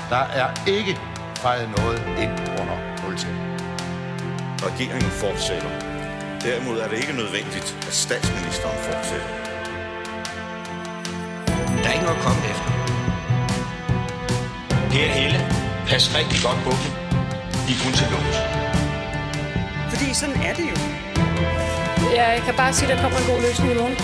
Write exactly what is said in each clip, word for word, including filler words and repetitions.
Der er ikke fejret noget ind under politiet. Regeringen fortsætter. Derimod er det ikke nødvendigt, at statsministeren fortsætter. Der er ikke noget at komme efter. Per Helle, pas rigtig godt på dem. De er kun til lås. Fordi sådan er det jo. Ja, jeg kan bare sige, at der kommer en god løsning i morgen.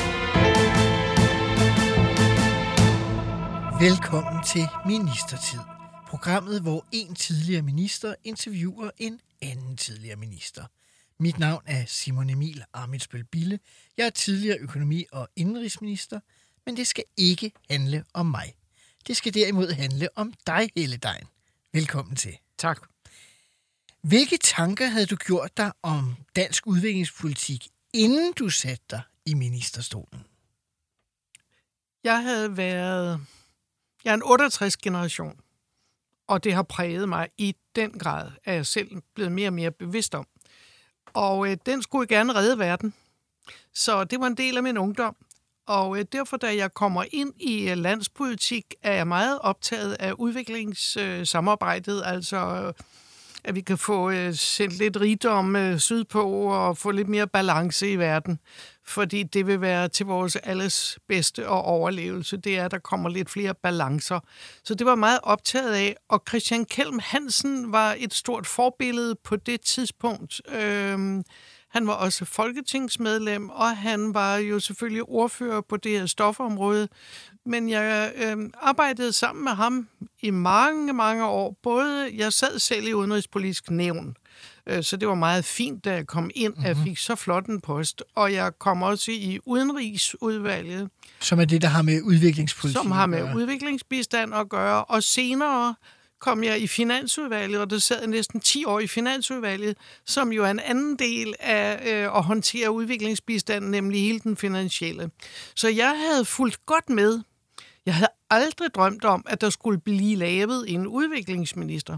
Velkommen til Ministertid. Programmet, hvor en tidligere minister interviewer en anden tidligere minister. Mit navn er Simon Emil Ammitzbøll Bille. Jeg er tidligere økonomi- og indenrigsminister, men det skal ikke handle om mig. Det skal derimod handle om dig, Helle Degn. Velkommen til. Tak. Hvilke tanker havde du gjort dig om dansk udviklingspolitik, inden du satte dig i ministerstolen? Jeg havde været... Jeg er en otteogtres-generation, og det har præget mig i den grad, at jeg selv er blevet mere og mere bevidst om. Og øh, den skulle gerne redde verden. Så det var en del af min ungdom. Og øh, derfor, da jeg kommer ind i øh, landspolitik, er jeg meget optaget af udviklingssamarbejdet, øh, altså øh, at vi kan få øh, sendt lidt rigdom øh, sydpå og få lidt mere balance i verden. Fordi det vil være til vores alles bedste og overlevelse. Det er, at der kommer lidt flere balancer. Så det var meget optaget af. Og Christian Kelm Hansen var et stort forbillede på det tidspunkt. Øhm, han var også folketingsmedlem, og han var jo selvfølgelig ordfører på det her stofområde. Men jeg øh, arbejdede sammen med ham i mange, mange år. Både jeg sad selv i Udenrigspolitisk Nævn, øh, så det var meget fint, da jeg kom ind, at jeg fik så flot en post. Og jeg kom også i Udenrigsudvalget. Som er det, der har med udviklingspolitik Som har med udviklingsbistand at gøre. Og senere kom jeg i Finansudvalget, og der sad jeg næsten ti år i Finansudvalget, som jo er en anden del af øh, at håndtere udviklingsbistanden, nemlig hele den finansielle. Så jeg havde fulgt godt med. Jeg havde aldrig drømt om, at der skulle blive lavet en udviklingsminister.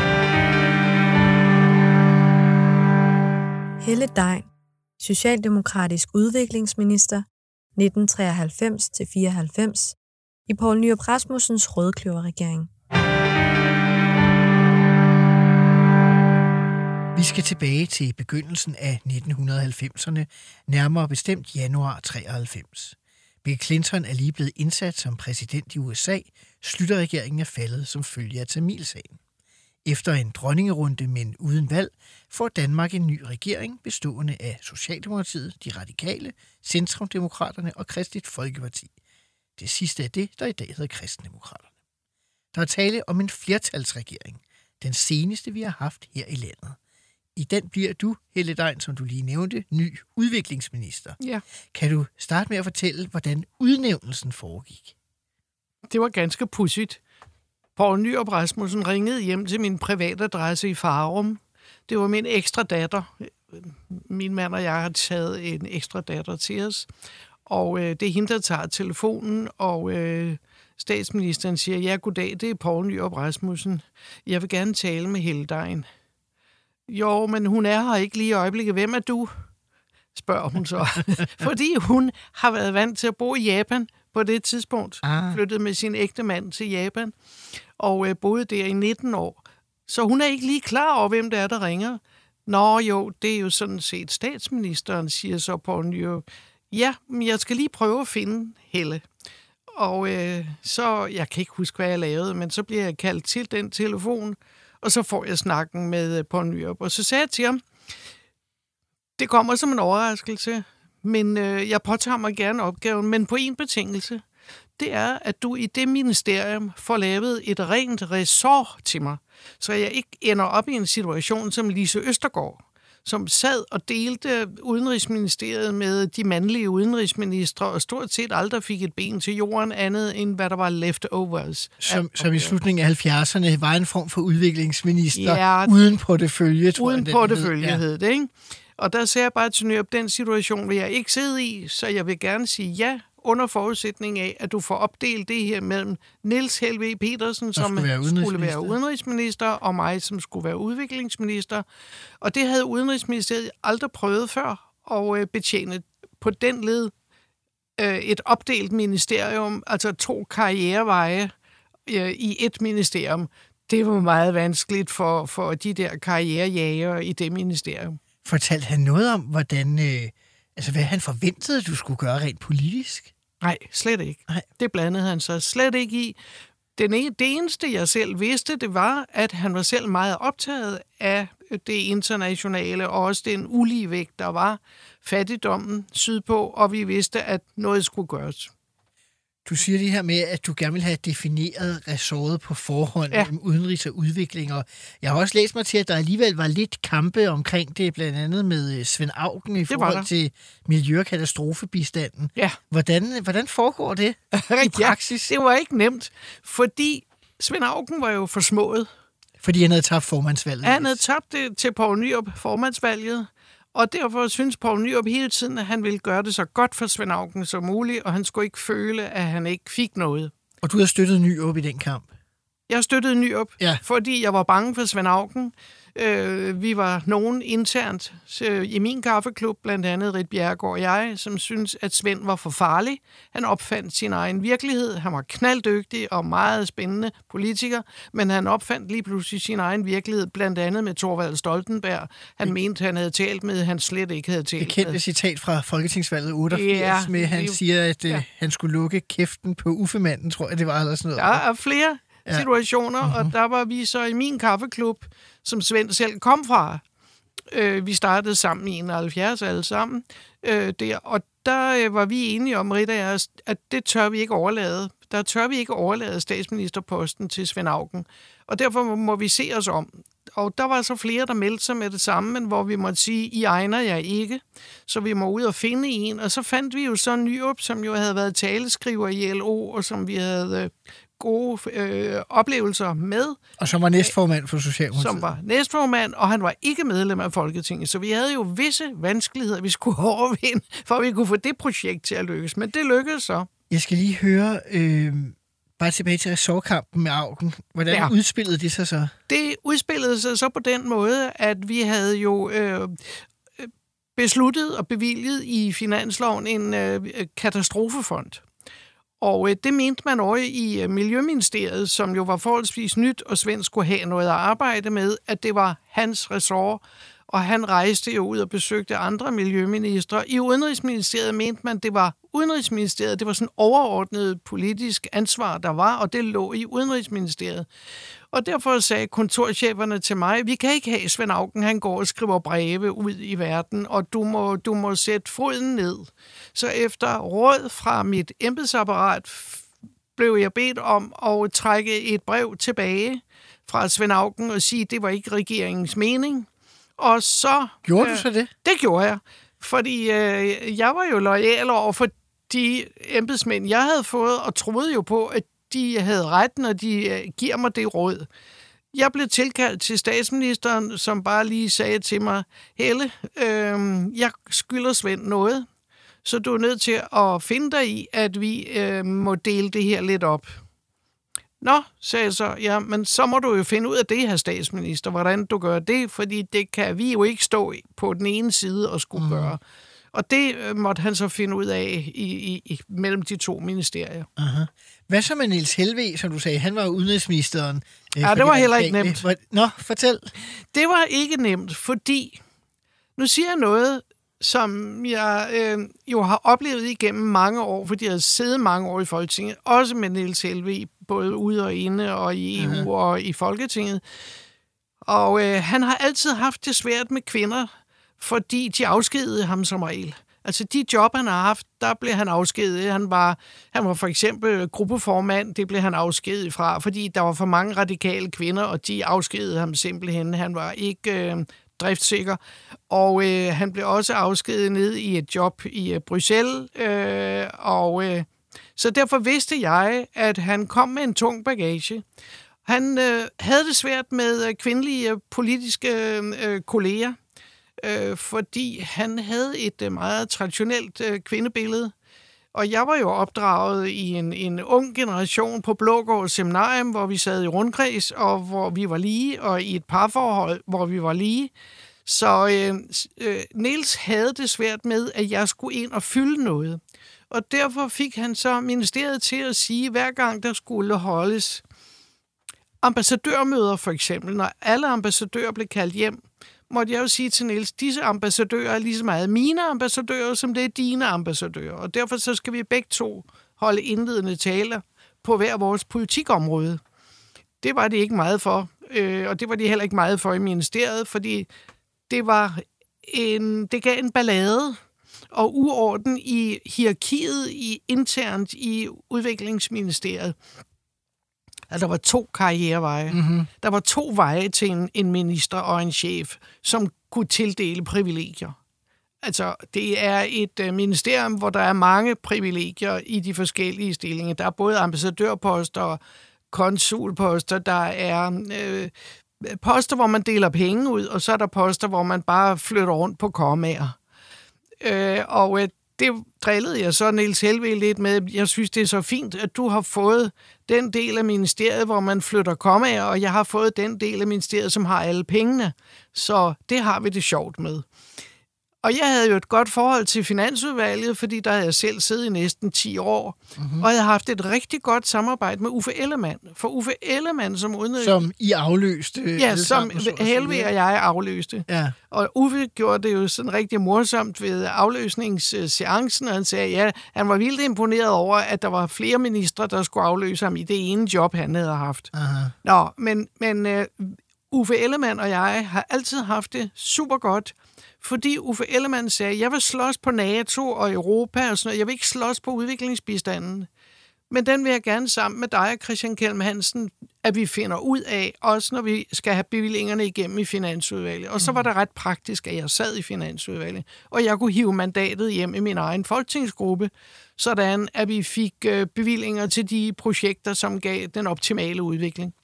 Helle Degn, socialdemokratisk udviklingsminister nitten treoghalvfems til fireoghalvfems i Poul Nyrup Rasmussens rødkløverregering. Vi skal tilbage til begyndelsen af nitten halvfemserne, nærmere bestemt januar treoghalvfems. Bill Clinton er lige blevet indsat som præsident i U S A, Schlüter-regeringen er faldet som følge af Tamilsagen. Efter en dronningerunde, men uden valg, får Danmark en ny regering bestående af Socialdemokratiet, De Radikale, Centrumdemokraterne og Kristeligt Folkeparti. Det sidste er det, der i dag hedder Kristendemokraterne. Der er tale om en flertalsregering, den seneste vi har haft her i landet. I den bliver du, Helle Degn, som du lige nævnte, ny udviklingsminister. Ja. Kan du starte med at fortælle, hvordan udnævnelsen foregik? Det var ganske pudsigt. Poul Nyrup Rasmussen ringede hjem til min privatadresse i Farum. Det var min ekstra datter. Min mand og jeg har taget en ekstra datter til os. Og øh, det er hende, der tager telefonen, og øh, statsministeren siger, ja, goddag, det er Poul Nyrup Rasmussen. Jeg vil gerne tale med Helle Degn. Jo, men hun er her ikke lige i øjeblikket. Hvem er du? Spørger hun så. Fordi hun har været vant til at bo i Japan på det tidspunkt. Ah. Flyttede med sin ægte mand til Japan og øh, boede der i nitten år. Så hun er ikke lige klar over, hvem det er, der ringer. Nå jo, det er jo sådan set statsministeren, siger så Poul Nyrup. Ja, men jeg skal lige prøve at finde Helle. Og øh, så, jeg kan ikke huske, hvad jeg lavede, men så bliver jeg kaldt til den telefon, og så får jeg snakken med Poul Nyrup. Og så sagde jeg til ham, det kommer som en overraskelse, men øh, jeg påtager mig gerne opgaven, men på en betingelse. Det er, at du i det ministerium får lavet et rent ressort til mig, så jeg ikke ender op i en situation som Lise Østergaard, som sad og delte Udenrigsministeriet med de mandlige udenrigsministre, og stort set aldrig fik et ben til jorden andet, end hvad der var leftovers. Som, som i slutningen af halvfjerdserne var en form for udviklingsminister, ja, uden portefølje, tror uden jeg. Uden portefølje ja. hed det, ikke? Og der sagde jeg bare til Nyrup, den situation vil jeg ikke sidde i, så jeg vil gerne sige ja, under forudsætning af, at du får opdelt det her mellem Niels Helveg Petersen, som skulle være, skulle være udenrigsminister, og mig, som skulle være udviklingsminister. Og det havde Udenrigsministeriet aldrig prøvet før at betjene på den led et opdelt ministerium, altså to karriereveje i et ministerium. Det var meget vanskeligt for, for de der karrierejæger i det ministerium. Fortalte han noget om, hvordan, øh, altså hvad han forventede, du skulle gøre rent politisk? Nej, slet ikke. Nej. Det blandede han sig slet ikke i. Den ene, det eneste, jeg selv vidste, det var, at han var selv meget optaget af det internationale, og også den uligevægt, der var, fattigdommen sydpå, og vi vidste, at noget skulle gøres. Du siger det her med, at du gerne vil have defineret ressortet på forhånd ja. mellem udenrigs og udvikling, og jeg har også læst mig til, at der alligevel var lidt kampe omkring det, blandt andet med Svend Auken i forhold til miljø- og katastrofebistanden. Ja. Hvordan, hvordan foregår det i praksis? Ja, det var ikke nemt, fordi Svend Auken var jo forsmået. Fordi han havde tabt formandsvalget. Han havde tabt det til Poul Nyrup formandsvalget, og derfor synes Poul Nyrup hele tiden, at han ville gøre det så godt for Svend Auken som muligt, og han skulle ikke føle, at han ikke fik noget. Og du har støttet Nyrup i den kamp? Jeg støttede Nyrup, ja. fordi jeg var bange for Svend Auken. Øh, vi var nogen internt øh, i min kaffeklub, blandt andet Rit Bjerregaard og jeg, som synes at Svend var for farlig. Han opfandt sin egen virkelighed. Han var knalddygtig og meget spændende politiker, men han opfandt lige pludselig sin egen virkelighed, blandt andet med Thorvald Stoltenberg. Han det, mente, han havde talt med, han slet ikke havde talt med. Det kendte citat fra Folketingsvalget otteogfirs, ja, med han det, siger, at ja. han skulle lukke kæften på Uffemanden, tror jeg, det var eller sådan noget. Der er flere ja. situationer, uh-huh. og der var vi så i min kaffeklub, som Svend selv kom fra. Øh, vi startede sammen i enoghalvfjerds alle sammen, øh, der, og der øh, var vi enige om, Rita og jeg, at det tør vi ikke overlade. Der tør vi ikke overlade statsministerposten til Svend Auken, og derfor må, må vi se os om. Og der var så flere, der meldte sig med det samme, men hvor vi måtte sige, I egner jer ikke, så vi må ud og finde en. Og så fandt vi jo så Nyrup, som jo havde været taleskriver i L O, og som vi havde... Øh, gode øh, oplevelser med. Og som var næstformand for Socialdemokratiet. Som var næstformand, og han var ikke medlem af Folketinget. Så vi havde jo visse vanskeligheder, vi skulle overvinde, for at vi kunne få det projekt til at lykkes. Men det lykkedes så. Jeg skal lige høre, øh, bare tilbage til ressortkampen med Auken. Hvordan ja. udspillede det sig så? Det udspillede sig så på den måde, at vi havde jo øh, besluttet og bevilget i finansloven en øh, katastrofefond. Og øh, det mente man over i øh, Miljøministeriet, som jo var forholdsvis nyt, og Svend skulle have noget at arbejde med, at det var hans ressort, og han rejste jo ud og besøgte andre miljøministre. I Udenrigsministeriet mente man, det var Udenrigsministeriet, det var sådan overordnet politisk ansvar, der var, og det lå i Udenrigsministeriet. Og derfor sagde kontorcheferne til mig, vi kan ikke have Svend Auken, han går og skriver breve ud i verden, og du må, du må sætte foden ned. Så efter råd fra mit embedsapparat blev jeg bedt om at trække et brev tilbage fra Svend Auken og sige, at det var ikke regeringens mening. Og så... Gjorde øh, du så det? Det gjorde jeg, fordi øh, jeg var jo loyal over for de embedsmænd, jeg havde fået, og troede jo på, at de havde ret, når de øh, giver mig det råd. Jeg blev tilkaldt til statsministeren, som bare lige sagde til mig, Helle, øh, jeg skylder Svend noget, så du er nødt til at finde dig i, at vi øh, må dele det her lidt op. Nå, sagde jeg så, ja, men så må du jo finde ud af det her statsminister, hvordan du gør det, fordi det kan vi jo ikke stå på den ene side og skulle mm. gøre. Og det øh, måtte han så finde ud af i, i, i, mellem de to ministerier. Aha. Hvad så med Niels Helveg, som du sagde? Han var udenrigsministeren. Øh, ja, det var heller ikke nemt. Nå, fortæl. Det var ikke nemt, fordi, nu siger jeg noget, som jeg øh, jo har oplevet igennem mange år, fordi jeg har siddet mange år i Folketinget, også med Niels Helveg, både ude og inde og i E U uh-huh. og i Folketinget. Og øh, han har altid haft det svært med kvinder, fordi de afskedede ham som regel. Altså de job, han har haft, der blev han afskediget. Han var, han var for eksempel gruppeformand, det blev han afskediget fra, fordi der var for mange radikale kvinder, og de afskedede ham simpelthen. Han var ikke øh, driftssikker. Og øh, han blev også afskediget ned i et job i øh, Bruxelles. Øh, og øh, så derfor vidste jeg, at han kom med en tung bagage. Han øh, havde det svært med øh, kvindelige øh, politiske øh, kolleger, øh, fordi han havde et øh, meget traditionelt øh, kvindebillede. Og jeg var jo opdraget i en, en ung generation på Blågård Seminarium, hvor vi sad i rundkreds, og hvor vi var lige, og i et parforhold, hvor vi var lige. Så øh, øh, Niels havde det svært med, at jeg skulle ind og fylde noget. Og derfor fik han så ministeriet til at sige, hver gang der skulle holdes ambassadørmøder for eksempel, når alle ambassadører blev kaldt hjem, måtte jeg jo sige til Niels, disse ambassadører er lige så meget mine ambassadører, som det er dine ambassadører. Og derfor så skal vi begge to holde indledende taler på hver vores politikområde. Det var det ikke meget for, øh, og det var de heller ikke meget for i ministeriet, fordi det var en, det gav en ballade og uorden i hierarkiet i, internt i udviklingsministeriet. At der var to karriereveje. Mm-hmm. Der var to veje til en, en minister og en chef, som kunne tildele privilegier. Altså, det er et uh, ministerium, hvor der er mange privilegier i de forskellige stillinger. Der er både ambassadørposter, konsulposter, der er øh, poster, hvor man deler penge ud, og så er der poster, hvor man bare flytter rundt på kommaer. Øh, og øh, det drillede jeg så Niels Helveg lidt med. Jeg synes, det er så fint, at du har fået den del af ministeriet, hvor man flytter kommaer, og jeg har fået den del af ministeriet, som har alle pengene. Så det har vi det sjovt med. Og jeg havde jo et godt forhold til Finansudvalget, fordi der havde jeg selv siddet i næsten ti år. Mm-hmm. Og jeg havde haft et rigtig godt samarbejde med Uffe Ellemann. For Uffe Ellemann som udenrigs... Som I afløste? Ja, som Helveg og jeg afløste. Ja. Og Uffe gjorde det jo sådan rigtig morsomt ved afløsningsseancen, og han sagde, ja, han var vildt imponeret over, at der var flere ministre, der skulle afløse ham i det ene job, han havde haft. Aha. Nå, men, men uh, Uffe Ellemann og jeg har altid haft det super godt, fordi Uffe Ellemann sagde, jeg vil slås på NATO og Europa og sådan noget. Jeg vil ikke slås på udviklingsbistanden. Men den vil jeg gerne sammen med dig og Christian Kelm Hansen, at vi finder ud af, også når vi skal have bevillingerne igennem i Finansudvalget. Og så var det ret praktisk, at jeg sad i Finansudvalget, og jeg kunne hive mandatet hjem i min egen folketingsgruppe, sådan at vi fik bevillinger til de projekter, som gav den optimale udvikling.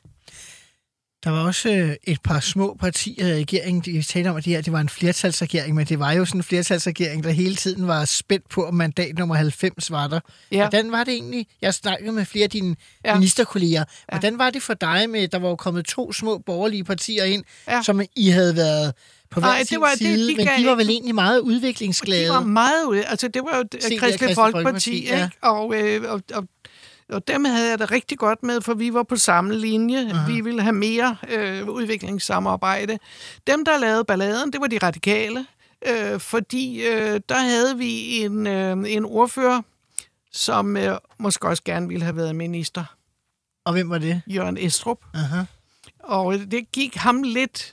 Der var også et par små partier i regeringen, de talte om, at det her det var en flertalsregering, men det var jo sådan en flertalsregering, der hele tiden var spændt på, om mandat nummer halvfems var der. Ja. Hvordan var det egentlig? Jeg snakkede med flere af dine ja. ministerkolleger. Hvordan var det for dig med, der var jo kommet to små borgerlige partier ind, ja. som I havde været på hver sin side, de, de men de var vel egentlig meget udviklingsglade? De var meget ude. Altså, det var jo Kristelig Folkeparti, ja. Ikke? Og, øh, og, og Og dem havde jeg det rigtig godt med, for vi var på samme linje. Uh-huh. Vi ville have mere øh, udviklingssamarbejde. Dem, der lavede balladen, det var de radikale, øh, fordi øh, der havde vi en, øh, en ordfører, som øh, måske også gerne ville have været minister. Og hvem var det? Jørgen Estrup. Uh-huh. Og det gik ham lidt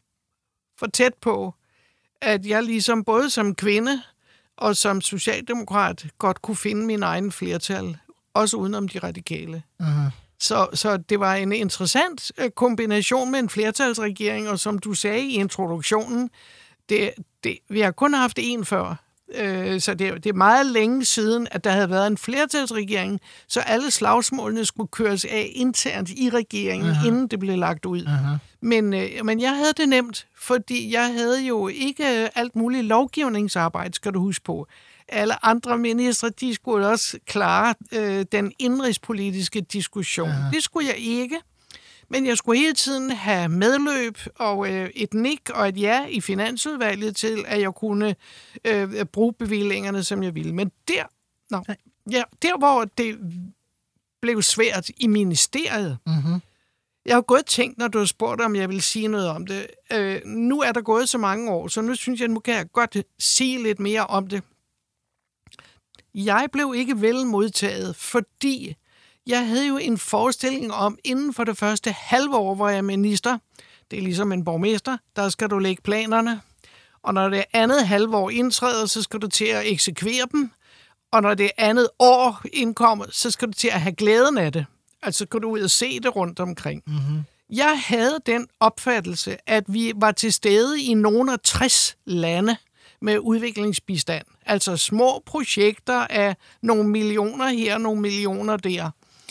for tæt på, at jeg ligesom både som kvinde og som socialdemokrat godt kunne finde min egen flertal, også udenom de radikale. Uh-huh. Så, så det var en interessant kombination med en flertalsregering, og som du sagde i introduktionen, det, det, vi har kun haft én før. Øh, så det, det er meget længe siden, at der havde været en flertalsregering, så alle slagsmålene skulle køres af internt i regeringen, uh-huh. inden det blev lagt ud. Uh-huh. Men, øh, men jeg havde det nemt, fordi jeg havde jo ikke alt muligt lovgivningsarbejde, skal du huske på. Alle andre ministre, de skulle også klare øh, den indrigspolitiske diskussion. Ja. Det skulle jeg ikke, men jeg skulle hele tiden have medløb og øh, et nik og et ja i Finansudvalget til, at jeg kunne øh, bruge bevillingerne, som jeg ville. Men der, no, ja, der hvor det blev svært i ministeriet, mm-hmm. jeg har godt tænkt, når du har spurgt, om jeg vil sige noget om det. Øh, nu er der gået så mange år, så nu synes jeg, nu kan jeg godt sige lidt mere om det. Jeg blev ikke vel modtaget, fordi jeg havde jo en forestilling om, inden for det første halve år, hvor jeg er minister, det er ligesom en borgmester, der skal du lægge planerne, og når det andet halve år indtræder, så skal du til at eksekvere dem, og når det andet år indkommer, så skal du til at have glæden af det. Altså skal du ud og se det rundt omkring. Mm-hmm. Jeg havde den opfattelse, at vi var til stede i nogle af tres lande, med udviklingsbistand. Altså små projekter af nogle millioner her, nogle millioner der.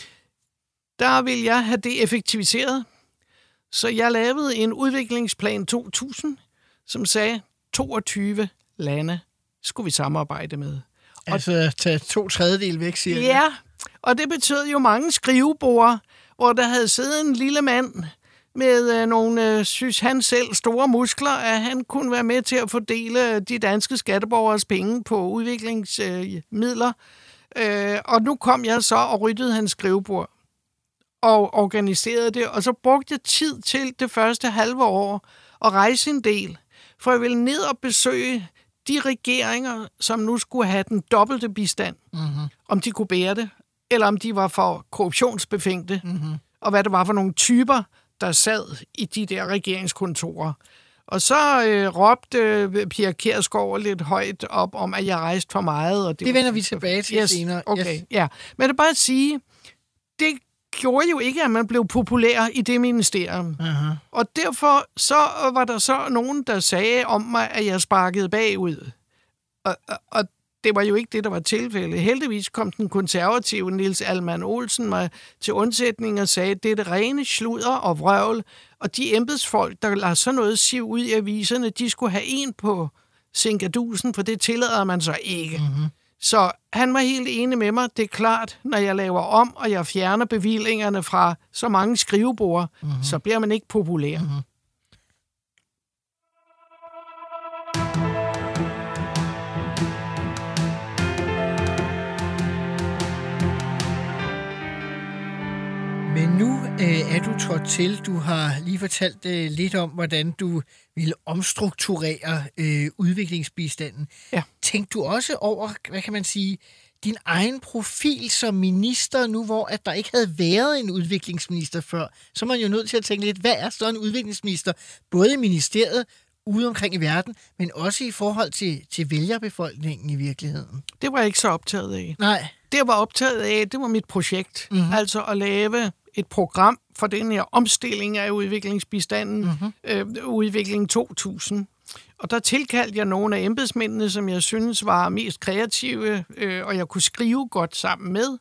Der vil jeg have det effektiviseret. Så jeg lavede en udviklingsplan to tusind, som sagde, toogtyve lande skulle vi samarbejde med. Og altså tage to tredjedel væk, siger Ja, og det betød jo mange skrivebord, hvor der havde siddet en lille mand med øh, nogle, øh, synes han selv, store muskler, at han kunne være med til at fordele de danske skatteborgers penge på udviklingsmidler. Øh, øh, og nu kom jeg så og ryddede hans skrivebord. og organiserede det, og så brugte jeg tid til det første halve år at rejse en del, for jeg ville ned og besøge de regeringer, som nu skulle have den dobbelte bistand, mm-hmm. om de kunne bære det, eller om de var for korruptionsbefængte, mm-hmm. og hvad det var for nogle typer, der sad i de der regeringskontorer. Og så øh, råbte øh, Pia Kjærsgaard lidt højt op om, at jeg rejste for meget. Og det, det vender vi tilbage til yes, senere. Okay, yes. ja. Men det er bare at sige, det gjorde jo ikke, at man blev populær i det ministerium. Uh-huh. Og derfor så var der så nogen, der sagde om mig, at jeg sparkede bagud. Og, og, og det var jo ikke det, der var tilfældet. Heldigvis kom den konservative Niels Alman Olsen mig til undsætning og sagde, at det er det rene sludder og vrøvl, og de embedsfolk, der lader sådan noget sive ud i aviserne, de skulle have en på sinkadusen, for det tillader man så ikke. Mm-hmm. Så han var helt enig med mig. Det er klart, når jeg laver om, og jeg fjerner bevillingerne fra så mange skrivebord, mm-hmm. så bliver man ikke populær. Mm-hmm. Men nu øh, er du trådt til. Du har lige fortalt øh, lidt om, hvordan du ville omstrukturere øh, udviklingsbistanden. Ja. Tænkte du også over, hvad kan man sige, din egen profil som minister nu, hvor at der ikke havde været en udviklingsminister før? Så er man jo nødt til at tænke lidt, hvad er så en udviklingsminister? Både i ministeriet, ude omkring i verden, men også i forhold til, til vælgerbefolkningen i virkeligheden. Det var jeg ikke så optaget af. Nej. Det, jeg var optaget af, det var mit projekt. Mm-hmm. Altså at lave et program for den her omstilling af udviklingsbistanden, mm-hmm. øh, udvikling to tusind. Og der tilkaldte jeg nogle af embedsmændene, som jeg synes var mest kreative, øh, og jeg kunne skrive godt sammen med.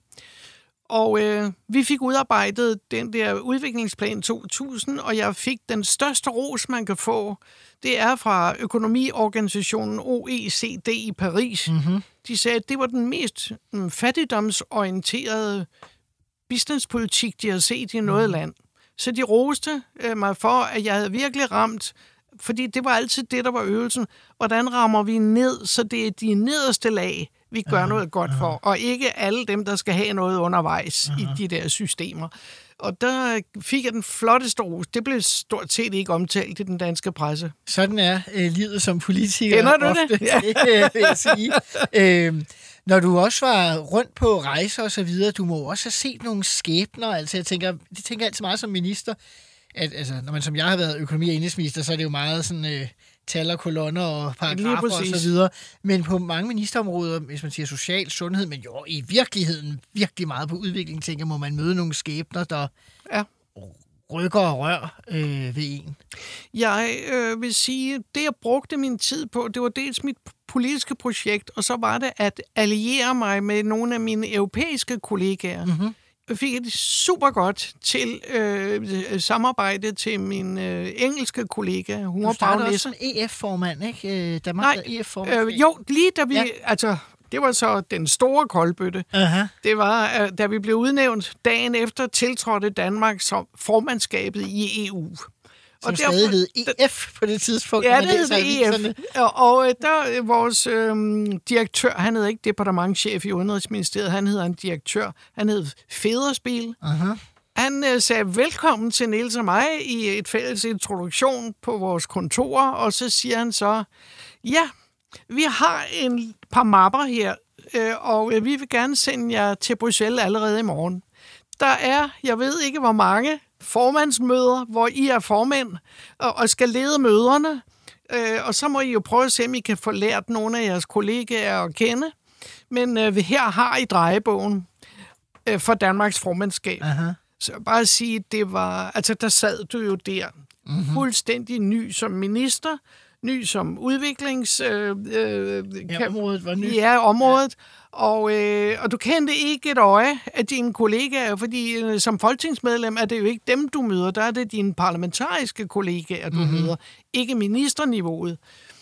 Og øh, vi fik udarbejdet den der udviklingsplan to tusind, og jeg fik den største ros, man kan få. Det er fra økonomiorganisationen O E C D i Paris. Mm-hmm. De sagde, at det var den mest um, fattigdomsorienterede bistandspolitik, de har set i noget mm. land. Så de roste øh, mig for, at jeg havde virkelig ramt, fordi det var altid det, der var øvelsen. Hvordan rammer vi ned, så det er de nederste lag, vi gør uh-huh. noget godt for, og ikke alle dem, der skal have noget undervejs uh-huh. i de der systemer. Og der fik jeg den flotteste ros. Det blev stort set ikke omtalt i den danske presse. Sådan er øh, livet som politiker. Kender du ofte, det? Ja. Det vil jeg sige. øh, når du også var rundt på rejser og så videre, du må også have set nogle skæbner. Altså, jeg tænker, det tænker jeg altid meget som minister, at altså, når man som jeg har været økonomi- og indenrigsminister, så er det jo meget sådan øh, tal og kolonner og paragrafer og så videre. Men på mange ministerområder, hvis man siger social sundhed, men jo i virkeligheden virkelig meget på udvikling, tænker må man møde nogle skæbner, der ja. rykker og rør øh, ved en. Jeg øh, vil sige, det jeg brugte min tid på, det var dels mit politiske projekt, og så var det at alliere mig med nogle af mine europæiske kollegaer. Mm-hmm. Jeg fik et super godt til øh, samarbejde til min øh, engelske kollega. Hun du startede også som E F-formand, ikke? Danmark Nej, E F-formand. Øh, jo, lige da vi... Ja. Altså, det var så den store koldbøtte. Uh-huh. Det var, øh, da vi blev udnævnt dagen efter, tiltrådte Danmark som formandskabet i E U. Som og stadig derfor, hed E F på det tidspunkt. Ja, det hed E F. Og, og der vores øhm, direktør, han hed ikke departementschef i Udenrigsministeriet, han hedder en direktør, han hed Federspil. Uh-huh. Han øh, sagde velkommen til Niels og mig i et fælles introduktion på vores kontor, og så siger han så, ja, vi har en par mapper her, øh, og øh, vi vil gerne sende jer til Bruxelles allerede i morgen. Der er, jeg ved ikke hvor mange, formandsmøder, hvor I er formænd og, og skal lede møderne. Øh, og så må I jo prøve at se, om I kan få lært nogle af jeres kollegaer at kende. Men øh, her har I drejebogen øh, for Danmarks formandskab. Aha. Så bare at sige, det var... Altså, der sad du jo der. Mm-hmm. Fuldstændig ny som minister, ny som udviklings... Øh, øh, ja, området var nyt. Ja, området. Ja. Og, øh, og du kendte ikke et øje af dine kollegaer, fordi øh, som folketingsmedlem er det jo ikke dem, du møder. Der er det dine parlamentariske kollegaer, du mm-hmm. møder. Ikke ministerniveauet.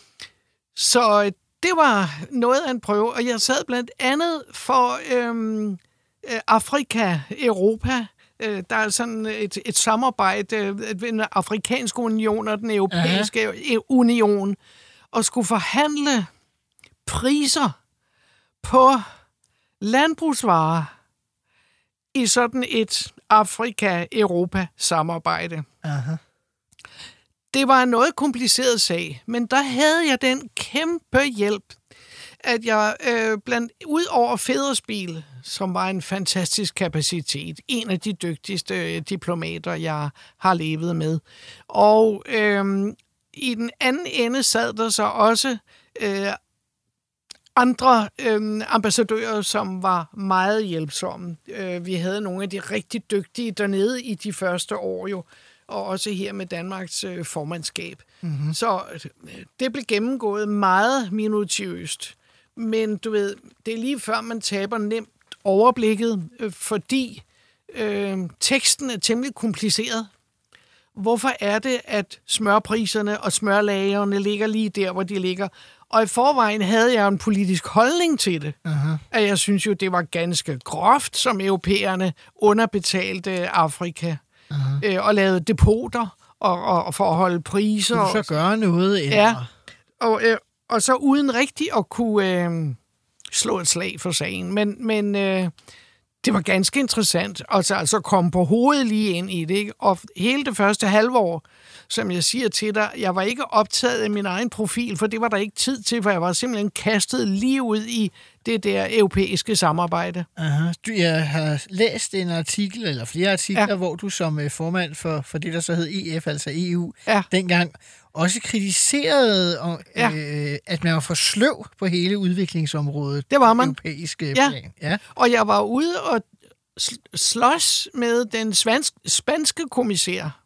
Så øh, det var noget af en prøve. Og jeg sad blandt andet for øh, øh, Afrika, Europa. Øh, der er sådan et, et samarbejde øh, den afrikanske union og den europæiske Aha. union. Og skulle forhandle priser på landbrugsvarer i sådan et Afrika-Europa-samarbejde. Aha. Det var en noget kompliceret sag, men der havde jeg den kæmpe hjælp, at jeg øh, blandt ud over Federspiel, som var en fantastisk kapacitet, en af de dygtigste øh, diplomater, jeg har levet med. Og øh, i den anden ende sad der så også øh, andre øh, ambassadører, som var meget hjælpsomme. Øh, vi havde nogle af de rigtig dygtige dernede i de første år jo, og også her med Danmarks øh, formandskab. Mm-hmm. Så øh, det blev gennemgået meget minutiøst. Men du ved, det er lige før, man taber nemt overblikket, øh, fordi øh, teksten er temmelig kompliceret. Hvorfor er det, at smørpriserne og smørlagerne ligger lige der, hvor de ligger? Og i forvejen havde jeg en politisk holdning til det. Uh-huh. At jeg synes jo, det var ganske groft, som europæerne underbetalte Afrika. Uh-huh. Øh, og lavede depoter og, og, og for at holde priser. Kunne du så gøre noget? Eller? Ja, og, øh, og så uden rigtigt at kunne øh, slå et slag for sagen. Men, men øh, det var ganske interessant, og så altså komme på hovedet lige ind i det. Ikke? Og hele det første halve år, som jeg siger til dig, jeg var ikke optaget af min egen profil, for det var der ikke tid til, for jeg var simpelthen kastet lige ud i det der europæiske samarbejde. Aha. Du, jeg har læst en artikel, eller flere artikler, ja. Hvor du som formand for, for det, der så hed E F, altså E U, ja. Dengang også kritiserede, og, ja. øh, at man var for sløv på hele udviklingsområdet. Det var man. Europæiske ja. plan. Ja. Og jeg var ude og slås med den svensk, spanske kommissær,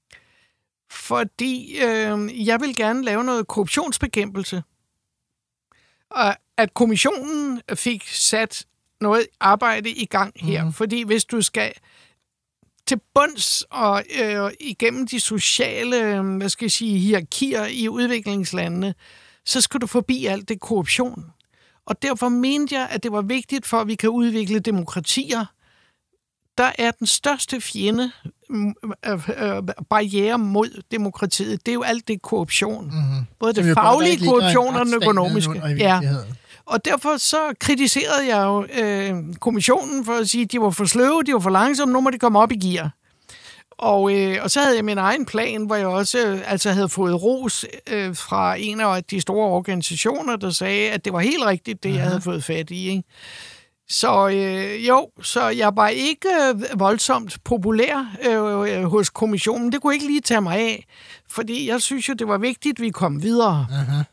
fordi øh, jeg vil gerne lave noget korruptionsbekæmpelse. Og at kommissionen fik sat noget arbejde i gang her. Mm. Fordi hvis du skal til bunds og øh, igennem de sociale hvad skal jeg sige, hierarkier i udviklingslandene, så skal du forbi alt det korruption. Og derfor mente jeg, at det var vigtigt for, at vi kan udvikle demokratier. Der er den største fjende, øh, øh, barriere mod demokratiet, det er jo alt det korruption. Mm-hmm. Både det faglige korruption og den økonomiske. Ja. Og derfor så kritiserede jeg jo øh, kommissionen for at sige, at de var for sløve, de var for langsomme, nu må de komme op i gear. Og, øh, og så havde jeg min egen plan, hvor jeg også øh, altså havde fået ros øh, fra en af de store organisationer, der sagde, at det var helt rigtigt, det Aha. jeg havde fået fat i, ikke? Så øh, jo, så jeg var ikke øh, voldsomt populær øh, hos kommissionen. Det kunne ikke lige tage mig af, fordi jeg synes jo, det var vigtigt, at vi kom videre. Aha.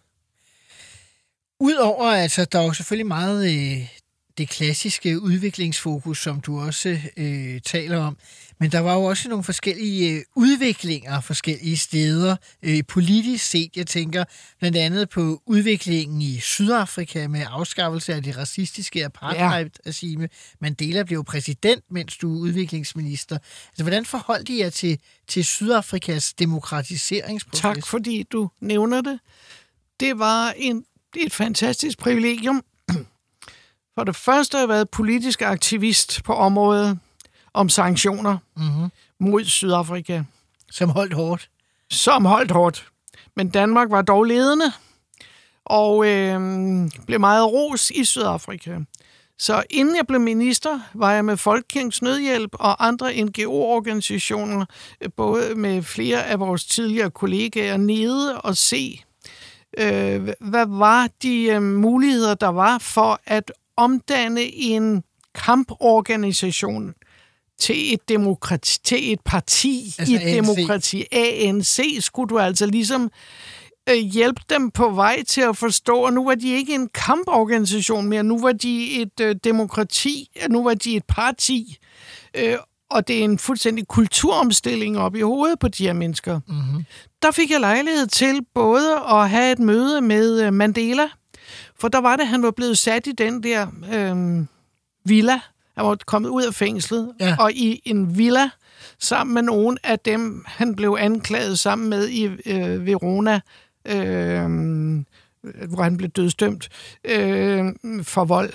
Udover, altså, der er jo selvfølgelig meget øh, det klassiske udviklingsfokus, som du også øh, taler om, men der var jo også nogle forskellige øh, udviklinger forskellige steder, øh, politisk set. Jeg tænker blandt andet på udviklingen i Sydafrika med afskaffelse af det racistiske apartheid-regime. Ja. Mandela blev præsident, mens du er udviklingsminister. Altså, hvordan forholdt I jer til, til Sydafrikas demokratiseringsproces? Tak, fordi du nævner det. Det var en Det er et fantastisk privilegium. For det første har jeg været politisk aktivist på området om sanktioner mm-hmm. mod Sydafrika. Som holdt hårdt. Som holdt hårdt. Men Danmark var dog ledende og øh, blev meget ros i Sydafrika. Så inden jeg blev minister, var jeg med Folkekirkens Nødhjælp og andre N G O-organisationer, både med flere af vores tidligere kollegaer, nede og se, Øh, hvad var de øh, muligheder, der var for at omdanne en kamporganisation til et demokrati, til et parti altså i et A N C. Demokrati. A N C skulle du altså ligesom øh, hjælpe dem på vej til at forstå, og nu var de ikke en kamporganisation mere, nu var de et øh, demokrati, nu var de et parti, øh, og det er en fuldstændig kulturomstilling op i hovedet på de her mennesker. Mm-hmm. Der fik jeg lejlighed til både at have et møde med Mandela, for der var det, han var blevet sat i den der øh, villa. Han var kommet ud af fængslet, ja. Og i en villa sammen med nogle af dem, han blev anklaget sammen med i øh, Verona, øh, hvor han blev dødsdømt øh, for vold.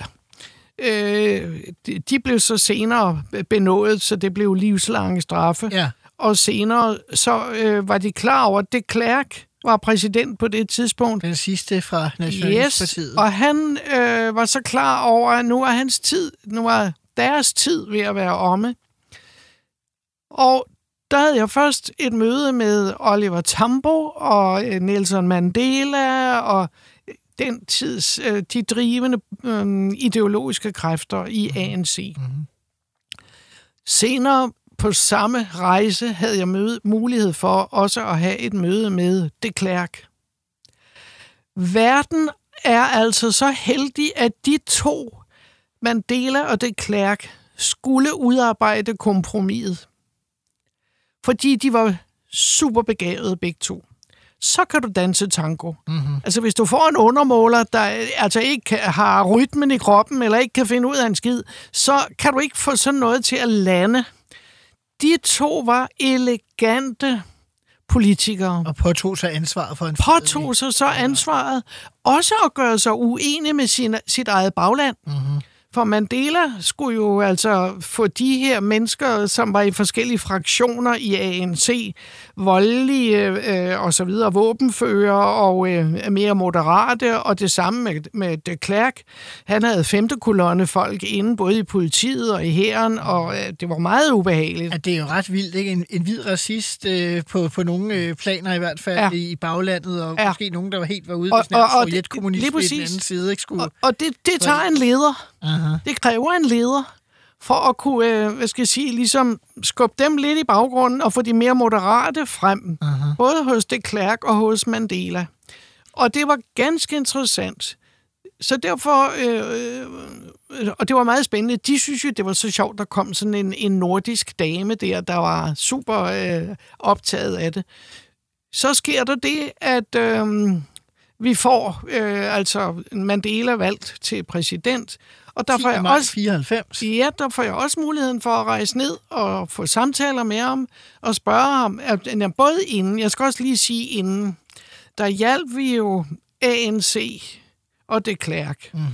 Øh, de blev så senere benådet, så det blev livslange straffe. Ja. Og senere så øh, var de klar over, at de Klerk var præsident på det tidspunkt. Den sidste fra Nationalistpartiet. Yes, og han øh, var så klar over, at nu var hans tid, nu var deres tid ved at være omme. Og der havde jeg først et møde med Oliver Tambo og Nelson Mandela og den tids de drivende øh, ideologiske kræfter i A N C. Mm-hmm. Senere på samme rejse havde jeg møde, mulighed for også at have et møde med de Klerk. Verden er altså så heldig, at de to, Mandela og de Klerk, skulle udarbejde kompromiset. Fordi de var super begavede begge to. Så kan du danse tango. Mm-hmm. Altså hvis du får en undermåler, der altså ikke har rytmen i kroppen, eller ikke kan finde ud af en skid, så kan du ikke få sådan noget til at lande. De to var elegante politikere. Og påtog sig ansvaret for en Påtog sig så ansvaret. Også at gøre sig uenig med sin, sit eget bagland. Mm-hmm. For Mandela skulle jo altså få de her mennesker, som var i forskellige fraktioner i A N C, voldelige øh, og så videre, våbenfører og øh, mere moderate, og det samme med, med de Klerk. Han havde femte kolonne folk inde, både i politiet og i hæren, og øh, det var meget ubehageligt. Ja, det er jo ret vildt, ikke? En, en hvid racist øh, på, på nogle øh, planer i hvert fald ja. i baglandet, og ja. måske nogen, der var helt var ude, hvis nærmest sovjetkommunisme på den anden side ikke skulle... Og, og det, det tager en leder. Aha. Det kræver en leder for at kunne, øh, hvad skal jeg sige, ligesom skubbe dem lidt i baggrunden og få de mere moderate frem. Aha. Både hos de Klerk og hos Mandela. Og det var ganske interessant. Så derfor, øh, øh, og det var meget spændende, de synes jo, det var så sjovt, der kom sådan en, en nordisk dame der, der var super øh, optaget af det. Så sker der det, at... Øh, vi får øh, altså Mandela valgt til præsident, og der får jeg også fireoghalvfems. Ja, der får jeg også muligheden for at rejse ned og få samtaler med ham og spørge ham, at, at både inden, jeg skal også lige sige inden, der hjalp vi jo A N C og de Klerk mm-hmm.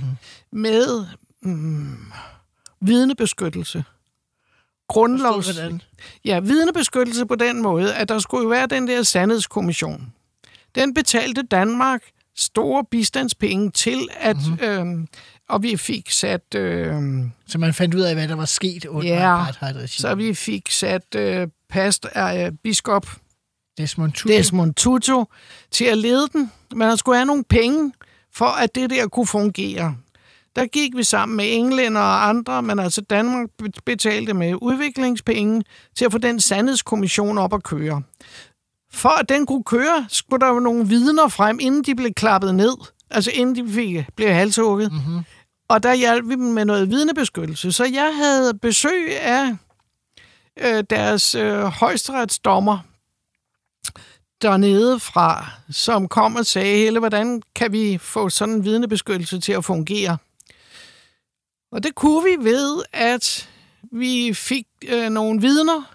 med mm, vidnebeskyttelse. Grundlovs... Ja, vidnebeskyttelse på den måde, at der skulle jo være den der sandhedskommission. Den betalte Danmark store bistandspenge til, at, mm-hmm. øh, og vi fik sat... Øh, så man fandt ud af, hvad der var sket under ja, apartheidregimet. Så vi fik sat øh, past, øh, biskop Desmond Tutu. Desmond Tutu til at lede den. Men han skulle have nogle penge, for at det der kunne fungere. Der gik vi sammen med englænder og andre, men altså Danmark betalte med udviklingspenge til at få den sandhedskommission op at køre. For at den kunne køre, skulle der jo nogle vidner frem, inden de blev klappet ned. Altså inden de fik, blev halshugget. Mm-hmm. Og der hjalp vi dem med noget vidnebeskyttelse. Så jeg havde besøg af øh, deres øh, højesteretsdommer dernede fra, som kom og sagde, Helle, hvordan kan vi få sådan en vidnebeskyttelse til at fungere? Og det kunne vi ved, at vi fik øh, nogle vidner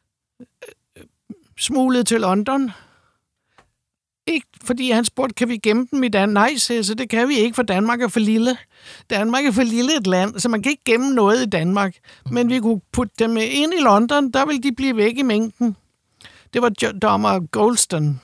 smuglet til London. Ikke fordi han spurgte, kan vi gemme dem i Danmark? Nej, så det kan vi ikke, for Danmark er for lille. Danmark er for lille et land, så man kan ikke gemme noget i Danmark. Men vi kunne putte dem ind i London, der ville de blive væk i mængden. Det var dommer Goldston.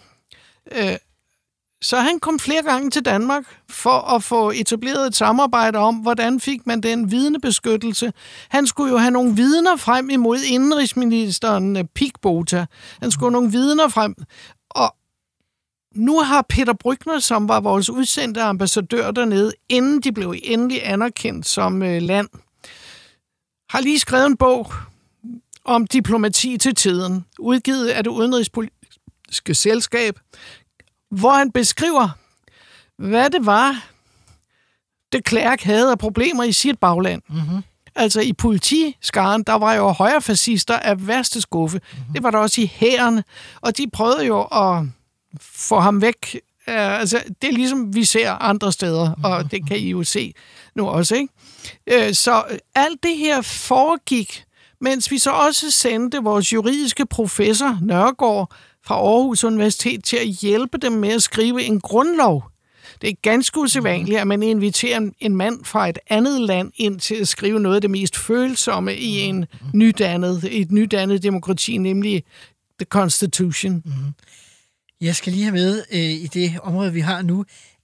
Så han kom flere gange til Danmark for at få etableret et samarbejde om, hvordan fik man den vidnebeskyttelse. Han skulle jo have nogle vidner frem imod indenrigsministeren Pigbotta. Han skulle have nogle vidner frem. Og nu har Peter Brygner, som var vores udsendte ambassadør dernede, inden de blev endelig anerkendt som land, har lige skrevet en bog om diplomati til tiden, udgivet af det udenrigspolitiske selskab, hvor han beskriver, hvad det var, de Klerk havde af problemer i sit bagland. Mm-hmm. Altså i politiskaren, der var jo højrefascister af værste skuffe. Mm-hmm. Det var der også i hæren, og de prøvede jo at få ham væk. Altså, det er ligesom vi ser andre steder, mm-hmm. og det kan I jo se nu også, ikke? Så alt det her foregik, mens vi så også sendte vores juridiske professor Nørgaard fra Aarhus Universitet til at hjælpe dem med at skrive en grundlov. Det er ganske usædvanligt, at man inviterer en mand fra et andet land ind til at skrive noget af det mest følsomme i en nydannet, et nydannet demokrati, nemlig The Constitution. Jeg skal lige have med øh, i det område, vi har nu,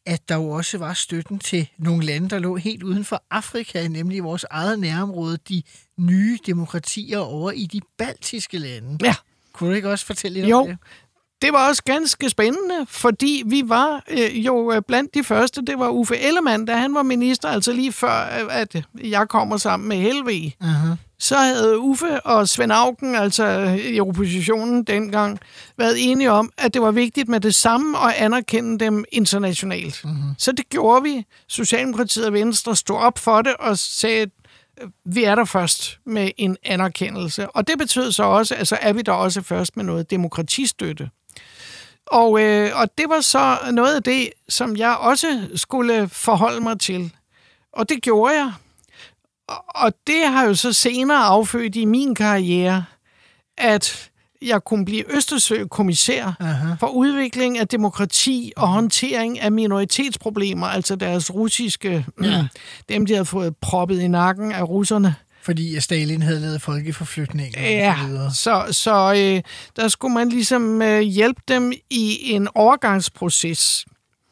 at der jo også var støtten til nogle lande, der lå helt uden for Afrika, nemlig i vores eget nærområde, de nye demokratier over i de baltiske lande. Ja. Kunne du ikke også fortælle lidt jo. om det? Det var også ganske spændende, fordi vi var øh, jo blandt de første. Det var Uffe Ellemann, da han var minister, altså lige før, at jeg kommer sammen med Helveg. Uh-huh. Så havde Uffe og Svend Auken, altså i oppositionen dengang, været enige om, at det var vigtigt med det samme og anerkende dem internationalt. Uh-huh. Så det gjorde vi. Socialdemokratiet og Venstre stod op for det og sagde, vi er der først med en anerkendelse. Og det betød så også, altså er vi der også først med noget demokratistøtte. Og, øh, og det var så noget af det, som jeg også skulle forholde mig til. Og det gjorde jeg. Og, og det har jo så senere affødt i min karriere, at jeg kunne blive Østersø-kommissær uh-huh. for udvikling af demokrati og håndtering af minoritetsproblemer, altså deres russiske, ja. dem de havde fået proppet i nakken af russerne. Fordi Stalin havde lavet folkeforflytninger. Ja, så, så øh, der skulle man ligesom øh, hjælpe dem i en overgangsproces.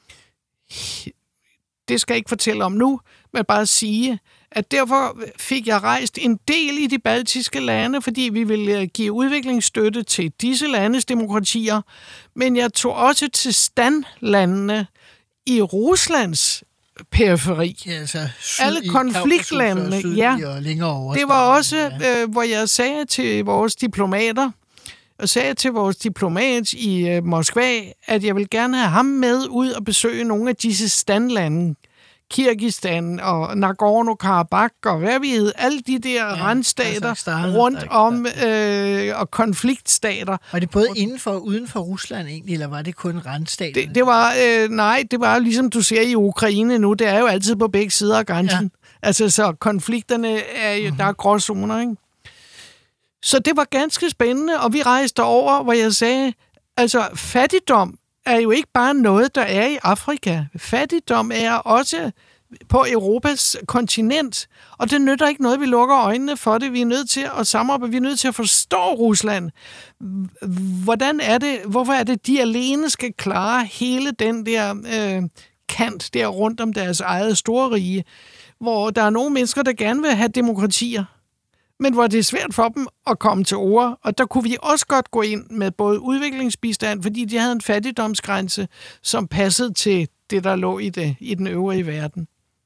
Det skal jeg ikke fortælle om nu, men bare sige, at derfor fik jeg rejst en del i de baltiske lande, fordi vi ville give udviklingsstøtte til disse landes demokratier, men jeg tog også til standlandene i Ruslands periferi. Ja, altså syd alle konfliktlandene, ja. Over, det var også, ja. øh, hvor jeg sagde til vores diplomater, og sagde til vores diplomat i øh, Moskva, at jeg vil gerne have ham med ud og besøge nogle af disse standlande. Kirgistan og Nagorno-Karabakh og hvad vi hed, alle de der ja, randstater rundt om øh, og konfliktstater. Var det både inden for og uden for Rusland egentlig, eller var det kun randstater? Det, det var, øh, nej, det var ligesom du ser i Ukraine nu, det er jo altid på begge sider af grænsen. Ja. Altså, så konflikterne er jo, mm-hmm. der er gråzoner, ikke? Så det var ganske spændende, og vi rejste over, hvor jeg sagde, altså fattigdom er jo ikke bare noget, der er i Afrika. Fattigdom er også på Europas kontinent, og det nytter ikke noget, vi lukker øjnene for det. Vi er nødt til at samarbejde, vi er nødt til at forstå Rusland. Hvordan er det, hvorfor er det, de alene skal klare hele den der øh, kant der rundt om deres eget store rige, hvor der er nogle mennesker, der gerne vil have demokratier, men hvor det er svært for dem at komme til ord. Og der kunne vi også godt gå ind med både udviklingsbistand, fordi de havde en fattigdomsgrænse, som passede til det, der lå i, det, i den øvrige verden.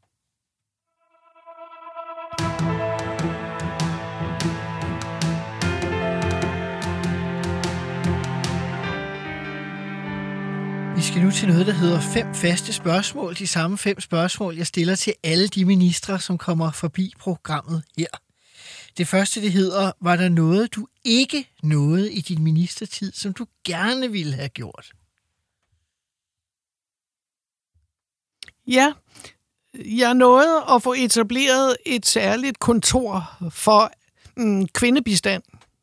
Vi skal nu til noget, der hedder fem faste spørgsmål. De samme fem spørgsmål, jeg stiller til alle de ministre, som kommer forbi programmet her. Det første, det hedder, var der noget, du ikke nåede i din ministertid, som du gerne ville have gjort? Ja, jeg nåede at få etableret et særligt kontor for mm, kvindebistand.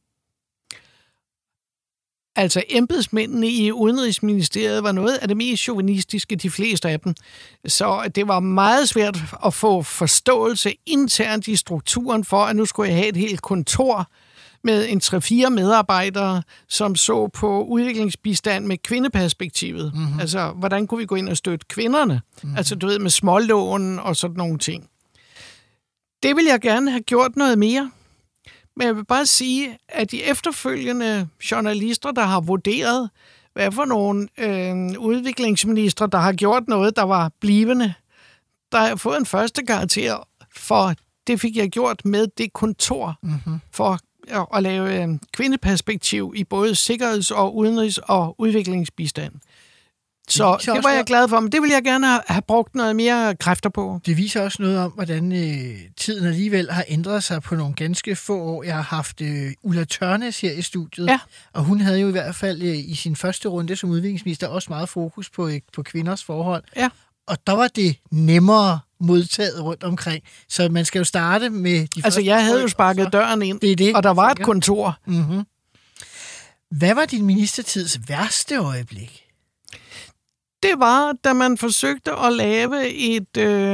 Altså embedsmændene i Udenrigsministeriet var noget af det mest chauvinistiske, de fleste af dem. Så det var meget svært at få forståelse internt i strukturen for, at nu skulle jeg have et helt kontor med en tre-fire medarbejdere, som så på udviklingsbistand med kvindeperspektivet. Mm-hmm. Altså, hvordan kunne vi gå ind og støtte kvinderne? Mm-hmm. Altså, du ved, med smålån og sådan nogle ting. Det vil jeg gerne have gjort noget mere. Men jeg vil bare sige, at de efterfølgende journalister, der har vurderet, hvad for nogle øh, udviklingsministre, der har gjort noget, der var blivende, der har fået en første karakter, for det fik jeg gjort med det kontor, mm-hmm. for at, at lave øh, kvindeperspektiv i både sikkerheds- og udenrigs- og udviklingsbistand. Så det, det var jeg glad for, men det vil jeg gerne have brugt noget mere kræfter på. Det viser også noget om, hvordan øh, tiden alligevel har ændret sig på nogle ganske få år. Jeg har haft øh, Ulla Tørnæs her i studiet, ja. Og hun havde jo i hvert fald øh, i sin første runde som udviklingsminister også meget fokus på, øh, på kvinders forhold. Ja. Og der var det nemmere modtaget rundt omkring. Så man skal jo starte med de Altså, første jeg havde folk, jo sparket så... døren ind, det det, og der var et kontor. Mm-hmm. Hvad var din ministertids værste øjeblik? Det var, da man forsøgte at lave et, øh,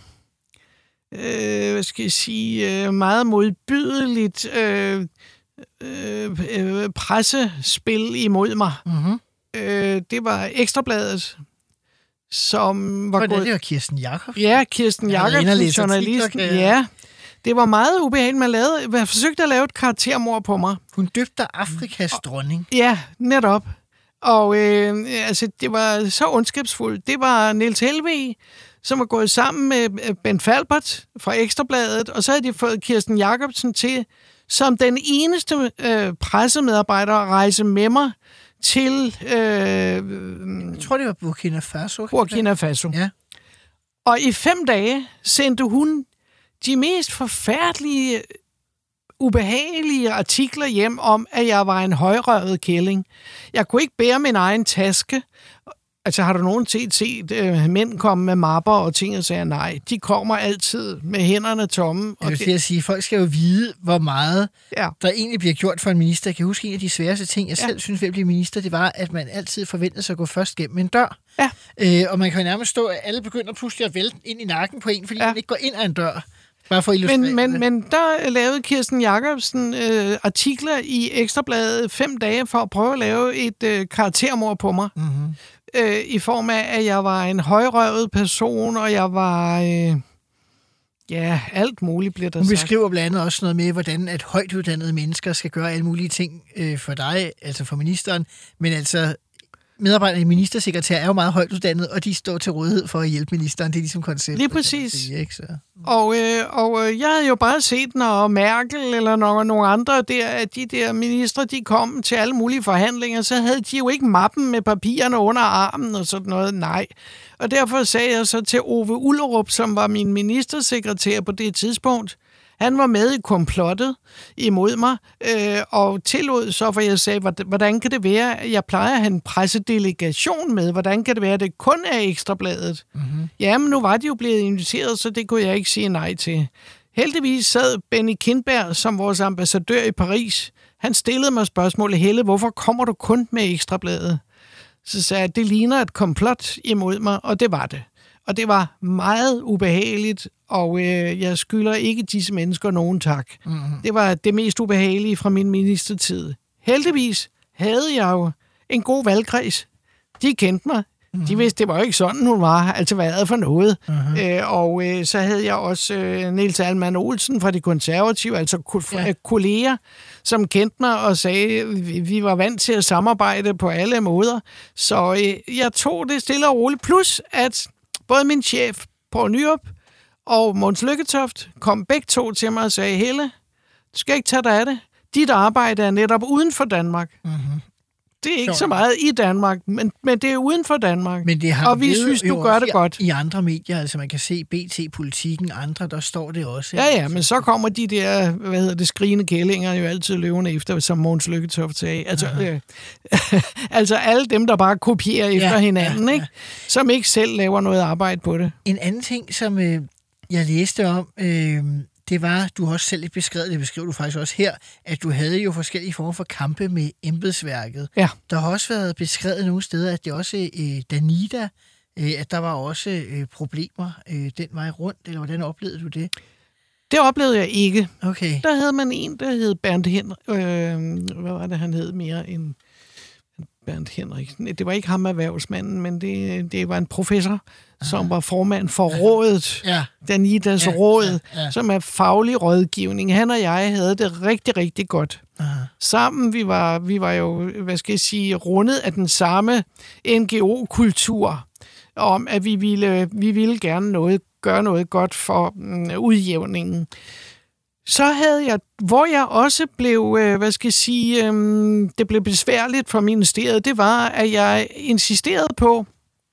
øh, hvad skal jeg sige, øh, meget modbydeligt øh, øh, pressespil imod mig. Mm-hmm. Øh, det var Ekstrabladet, som var Hvordan gået... det var Kirsten Jacobsen? Ja, Kirsten Jacobsen, journalisten. Ja, det var meget ubehageligt. Man, lavede, man forsøgte at lave et karaktermord på mig. Hun døbte Afrikas dronning. Ja, netop. Og øh, altså, det var så ondskabsfuldt. Det var Niels Helveg, som var gået sammen med Ben Falbert fra Ekstrabladet, og så havde de fået Kirsten Jacobsen til, som den eneste øh, pressemedarbejder, at rejse med mig til... Øh, Jeg tror, det var Burkina Faso. Burkina Faso. Ja. Og i fem dage sendte hun de mest forfærdelige, ubehagelige artikler hjem om, at jeg var en højrøvet kælling. Jeg kunne ikke bære min egen taske. Altså, har du nogensinde set øh, mænd komme med mapper og ting og sager? Nej, de kommer altid med hænderne tomme. Jeg vil det... at sige, folk skal jo vide, hvor meget ja. der egentlig bliver gjort for en minister. Jeg kan huske, en af de sværeste ting, jeg ja. selv synes ved at blive minister, det var, at man altid forventede sig at gå først gennem en dør. Ja. Øh, og man kan jo nærmest stå, at alle begynder pludselig at vælte ind i nakken på en, fordi ja. man ikke går ind ad en dør. Bare for at illustrere men, men, men der lavede Kirsten Jacobsen øh, artikler i Ekstrabladet fem dage for at prøve at lave et øh, karaktermord på mig. Mm-hmm. Øh, I form af, at jeg var en højrøvet person, og jeg var... Øh, ja, alt muligt bliver der Hun sagt. Hun beskriver blandt andet også noget med, hvordan at højt uddannede mennesker skal gøre alle mulige ting øh, for dig, altså for ministeren, men altså... Medarbejderne i ministersekretær er jo meget højt uddannet, og de står til rådighed for at hjælpe ministeren. Det er ligesom koncept. Lige præcis. Sige, ikke? Så. Og, øh, og øh, jeg havde jo bare set, når Merkel eller når nogle andre der, at de der ministre, de kom til alle mulige forhandlinger, så havde de jo ikke mappen med papirerne under armen og sådan noget. Nej. Og derfor sagde jeg så til Ove Ullerup, som var min ministersekretær på det tidspunkt, han var med i komplottet imod mig, øh, og tillod så, for jeg sagde, hvordan kan det være, at jeg plejer at have en pressedelegation med? Hvordan kan det være, at det kun er Ekstrabladet? Mm-hmm. Jamen, nu var de jo blevet inviteret, så det kunne jeg ikke sige nej til. Heldigvis sad Benny Kindberg som vores ambassadør i Paris. Han stillede mig spørgsmålet, Helle, hvorfor kommer du kun med Ekstrabladet? Så sagde jeg, det ligner et komplot imod mig, og det var det. Og det var meget ubehageligt, og øh, jeg skylder ikke disse mennesker nogen tak. Mm-hmm. Det var det mest ubehagelige fra min ministertid. Heldigvis havde jeg jo en god valgkreds. De kendte mig. Mm-hmm. De vidste, det var jo ikke sådan, hun var. Altså, hvad er det for noget? Mm-hmm. Øh, og øh, så havde jeg også øh, Niels Alman Olsen fra De Konservative, altså ko- ja. kolleger, som kendte mig og sagde, vi, vi var vant til at samarbejde på alle måder. Så øh, jeg tog det stille og roligt. Plus, at både min chef, Poul Nyrup, og Mogens Lykketoft kom begge to til mig og sagde, Helle, du skal ikke tage dig af det. Dit arbejde er netop uden for Danmark. Mm-hmm. Det er ikke så, så meget i Danmark, men, men det er uden for Danmark. Men det har og vi synes, du gør det i, godt. I andre medier, altså man kan se B T, Politikken, andre, der står det også. Ja, ja, men så kommer de der, hvad hedder det, skrigende kællinger jo altid løvende efter, som Mogens Lykketoft sagde. Altså, øh, altså alle dem, der bare kopierer efter ja, hinanden, ja, ja. Ikke? Som ikke selv laver noget arbejde på det. En anden ting, som øh, jeg læste om... Øh, det var, du har også selv lidt beskrevet, det beskriver du faktisk også her, at du havde jo forskellige former for kampe med embedsværket. Ja. Der har også været beskrevet nogle steder, at det også, øh, Danida, øh, at der var også øh, problemer øh, den vej rundt, eller hvordan oplevede du det? Det oplevede jeg ikke. Okay. Der havde man en, der hed Bernd Henrik. Øh, hvad var det, han hed mere end Bernd Henrik? Det var ikke ham erhvervsmanden, men det, det var en professor, som var formand for rådet, ja. Danidas ja, råd, ja, ja. Som er faglig rådgivning. Han og jeg havde det rigtig, rigtig godt. Aha. Sammen, vi var, vi var jo, hvad skal jeg sige, rundet af den samme N G O-kultur, om at vi ville, vi ville gerne noget, gøre noget godt for mm, udjævningen. Så havde jeg, hvor jeg også blev, hvad skal jeg sige, øhm, det blev besværligt for ministeriet, det var, at jeg insisterede på,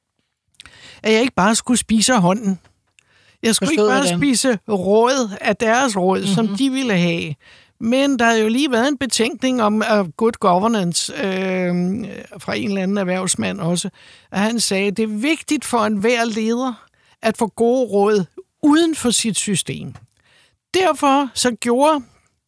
at jeg ikke bare skulle spise af hånden. Jeg skulle Forstod ikke bare dem. spise råd af deres råd, mm-hmm. som de ville have. Men der havde jo lige været en betænkning om uh, good governance øh, fra en eller anden erhvervsmand også. At han sagde, at det er vigtigt for enhver leder at få gode råd uden for sit system. Derfor så gjorde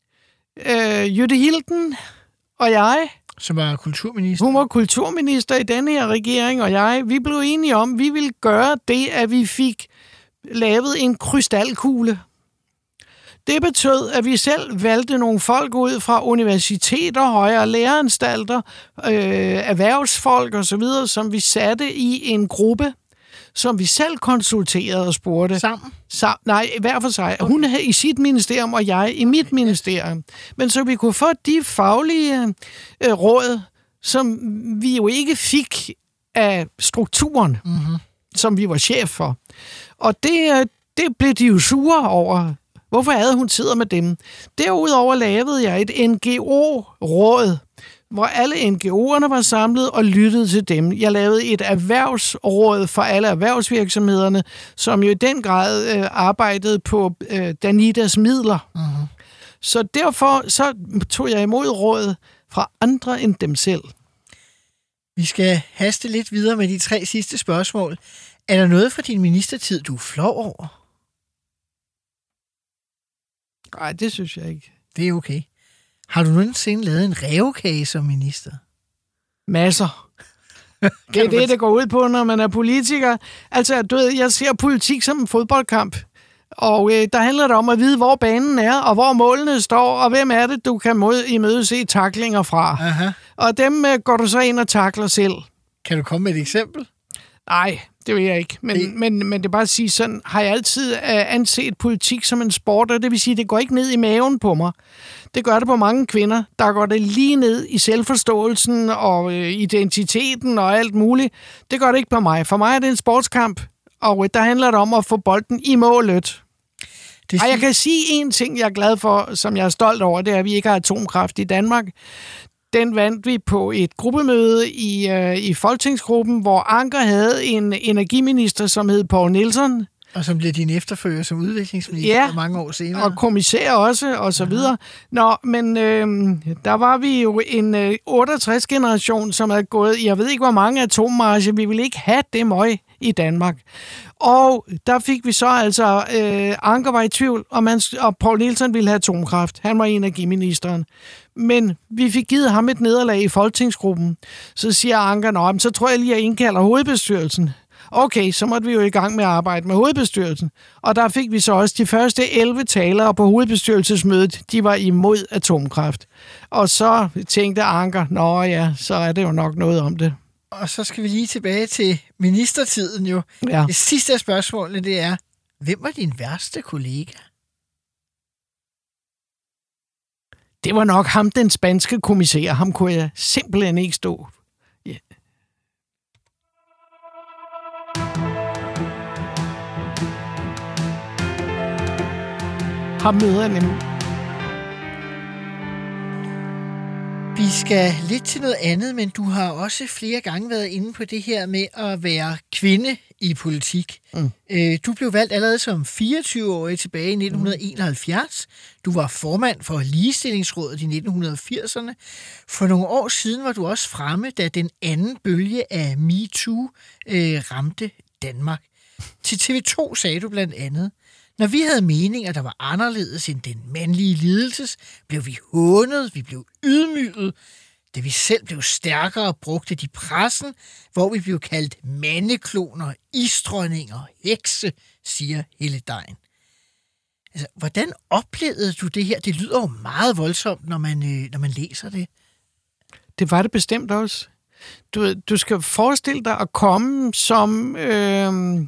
øh, Jytte Hilden og jeg, som var kulturminister. Hun var kulturminister i denne her regering, og jeg, vi blev enige om, at vi ville gøre det, at vi fik lavet en krystalkugle. Det betød, at vi selv valgte nogle folk ud fra universiteter, højere læreanstalter, øh, erhvervsfolk osv., som vi satte i en gruppe, som vi selv konsulterede og spurgte. Sammen? Sam, nej, hver for sig. Okay. Hun er i sit ministerium, og jeg i mit ministerium. Men så vi kunne få de faglige øh, råd, som vi jo ikke fik af strukturen, mm-hmm. som vi var chef for. Og det, det blev de jo sure over. Hvorfor havde hun sidder med dem? Derudover lavede jeg et N G O-råd, hvor alle N G O'erne var samlet og lyttede til dem. Jeg lavede et erhvervsråd for alle erhvervsvirksomhederne, som jo i den grad øh, arbejdede på øh, Danidas midler. Uh-huh. Så derfor så tog jeg imod råd fra andre end dem selv. Vi skal haste lidt videre med de tre sidste spørgsmål. Er der noget fra din ministertid, du er flov over? Nej, det synes jeg ikke. Det er okay. Har du nogensinde lavet en rævekage som minister? Masser. Det er det, det går ud på, når man er politiker. Altså, du ved, jeg ser politik som en fodboldkamp. Og øh, der handler det om at vide, hvor banen er, og hvor målene står, og hvem er det, du kan mod, imødese taklinger fra. Aha. Og dem øh, går du så ind og takler selv. Kan du komme med et eksempel? Nej, det vil jeg ikke. Men, det... men, men det er bare at sige, sådan har jeg altid uh, anset politik som en sport, og det vil sige, det går ikke ned i maven på mig. Det gør det på mange kvinder. Der går det lige ned i selvforståelsen og øh, identiteten og alt muligt. Det gør det ikke på mig. For mig er det en sportskamp, og øh, der handler det om at få bolden i målet. Det... Og jeg kan sige en ting, jeg er glad for, som jeg er stolt over, det er, at vi ikke har atomkraft i Danmark. Den vandt vi på et gruppemøde i, øh, i Folketingsgruppen, hvor Anker havde en energiminister, som hed Poul Nielsen. Og som blev din efterfølger som udviklingsminister ja, mange år senere. Og kommissær også, og så videre. Nå, men øh, der var vi jo en øh, otteogtres-generation, som havde gået, jeg ved ikke hvor mange atommarcher, vi ville ikke have det møg i Danmark. Og der fik vi så altså, øh, Anker var i tvivl, og, man, og Poul Nielsen ville have atomkraft. Han var energiministeren. Men vi fik givet ham et nederlag i Folketingsgruppen. Så siger Anker, nå, så tror jeg lige, at jeg indkalder hovedbestyrelsen. Okay, så måtte vi jo i gang med at arbejde med hovedbestyrelsen. Og der fik vi så også de første elleve talere på hovedbestyrelsesmødet. De var imod atomkraft. Og så tænkte Anker, nå ja, så er det jo nok noget om det. Og så skal vi lige tilbage til ministertiden jo. Ja. Det sidste af spørgsmålene, det er, hvem var din værste kollega? Det var nok ham, den spanske kommissær. Ham kunne jeg simpelthen ikke stå. Yeah. Ham møder jeg nemlig. Vi skal lidt til noget andet, men du har også flere gange været inde på det her med at være kvinde i politik. Mm. Du blev valgt allerede som fireogtyve-årig tilbage i nitten enoghalvfjerds. Du var formand for Ligestillingsrådet i nitten firserne. For nogle år siden var du også fremme, da den anden bølge af MeToo øh, ramte Danmark. Til T V to sagde du blandt andet, når vi havde meninger, der var anderledes end den mandlige lidelses, blev vi hånet, vi blev ydmyget. Da vi selv blev stærkere, brugte de pressen, hvor vi blev kaldt mandekloner, isdronninger, hekse, siger Helle Degn. Altså, hvordan oplevede du det her? Det lyder jo meget voldsomt, når man, øh, når man læser det. Det var det bestemt også. Du, du skal forestille dig at komme som øh,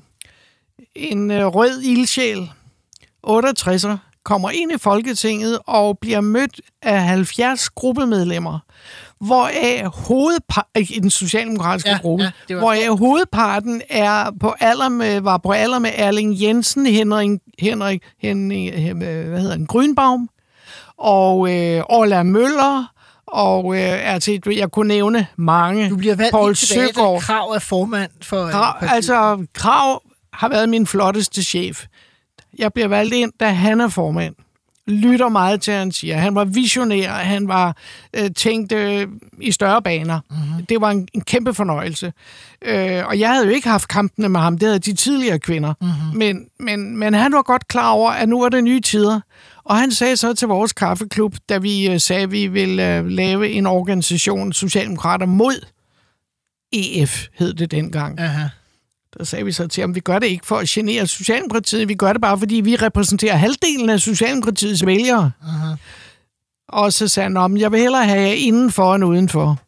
en øh, rød ildsjæl, otteogtresser, kommer ind i Folketinget og bliver mødt af halvfjerds gruppemedlemmer, hvoraf hovedparten i den socialdemokratiske ja, gruppe, ja, hvoraf hovedparten er på alder med, var på alder med Erling Jensen, Henrik, Henrik, Henrik hvad hedder han, Grünbaum, og øh, Orla Møller, og øh, altså, jeg kunne nævne mange. Du bliver valgt Poul tilbage, da Krag er formand for... Krav, altså, Krag har været min flotteste chef. Jeg bliver valgt ind, da han er formand. Lytter meget til, han siger. Han var visionær, han var øh, tænkt øh, i større baner. Mm-hmm. Det var en, en kæmpe fornøjelse. Øh, og jeg havde jo ikke haft kampene med ham, det havde de tidligere kvinder. Mm-hmm. Men, men, men han var godt klar over, at nu er det nye tider. Og han sagde så til vores kaffeklub, da vi øh, sagde, at vi ville øh, lave en organisation, Socialdemokrater mod E F, hed det dengang. Aha. Der sagde vi så til ham, vi gør det ikke for at genere Socialdemokratiet, vi gør det bare, fordi vi repræsenterer halvdelen af Socialdemokratiets vælgere. Uh-huh. Og så sagde han, jeg vil hellere have jer indenfor end udenfor.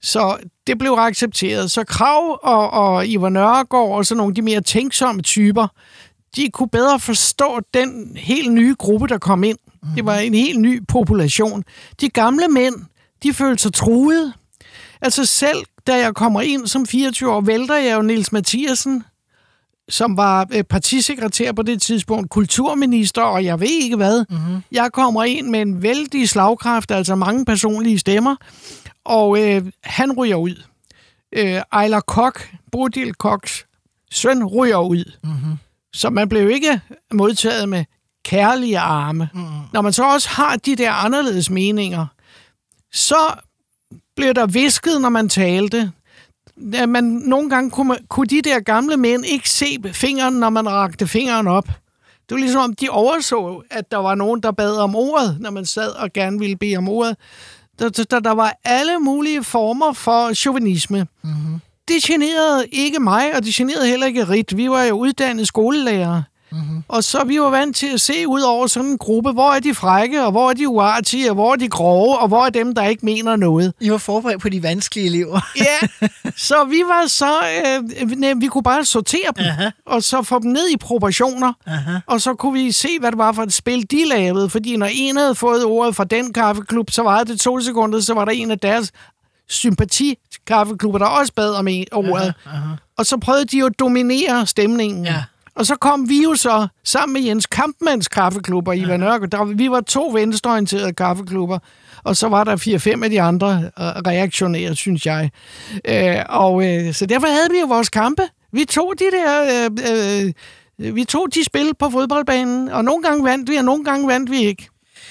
Så det blev accepteret. Så Krag og, og Ivar Nørregaard og sådan nogle de mere tænksomme typer, de kunne bedre forstå den helt nye gruppe, der kom ind. Mm. Det var en helt ny population. De gamle mænd, de følte sig truede. Altså selv da jeg kommer ind som fireogtyve år, vælter jeg jo Niels Mathiasen, som var partisekretær på det tidspunkt, kulturminister, og jeg ved ikke hvad. Mm-hmm. Jeg kommer ind med en vældig slagkraft, altså mange personlige stemmer, og øh, han ryger ud. Øh, Ejler Kok, Bodil Koks søn, ryger ud. Mm-hmm. Så man blev ikke modtaget med kærlige arme. Mm-hmm. Når man så også har de der anderledes meninger, så blev der visket, når man talte. Man, nogle gange kunne, man, kunne de der gamle mænd ikke se fingeren, når man rakte fingeren op. Det var ligesom, om de overså, at der var nogen, der bad om ordet, når man sad og gerne ville bede om ordet. Der, der, der var alle mulige former for chauvinisme. Mm-hmm. Det generede ikke mig, og det generede heller ikke Rit. Vi var jo uddannede skolelærere. Mm-hmm. Og så vi var vant til at se ud over sådan en gruppe, hvor er de frække, og hvor er de uartige, og hvor er de grove, og hvor er dem, der ikke mener noget. I var forberedt på de vanskelige elever. Ja, så vi var så, øh, vi kunne bare sortere dem, aha, og så få dem ned i proportioner, aha, og så kunne vi se, hvad det var for et spil, de lavede. Fordi når en havde fået ordet fra den kaffeklub, så var det to sekunder, så var der en af deres sympati-kaffeklubber, der også bad om ordet. Aha, aha. Og så prøvede de jo at dominere stemningen. Ja. Og så kom vi jo så sammen med Jens Kampmanns kaffeklubber i Ivar Nørregaard. Vi var to venstreorienterede kaffeklubber, og så var der fire-fem af de andre reaktionære, synes jeg. Øh, og øh, så derfor havde vi jo vores kampe. Vi tog de der, øh, øh, vi tog de spil på fodboldbanen, og nogle gange vandt vi, og nogle gange vandt vi ikke.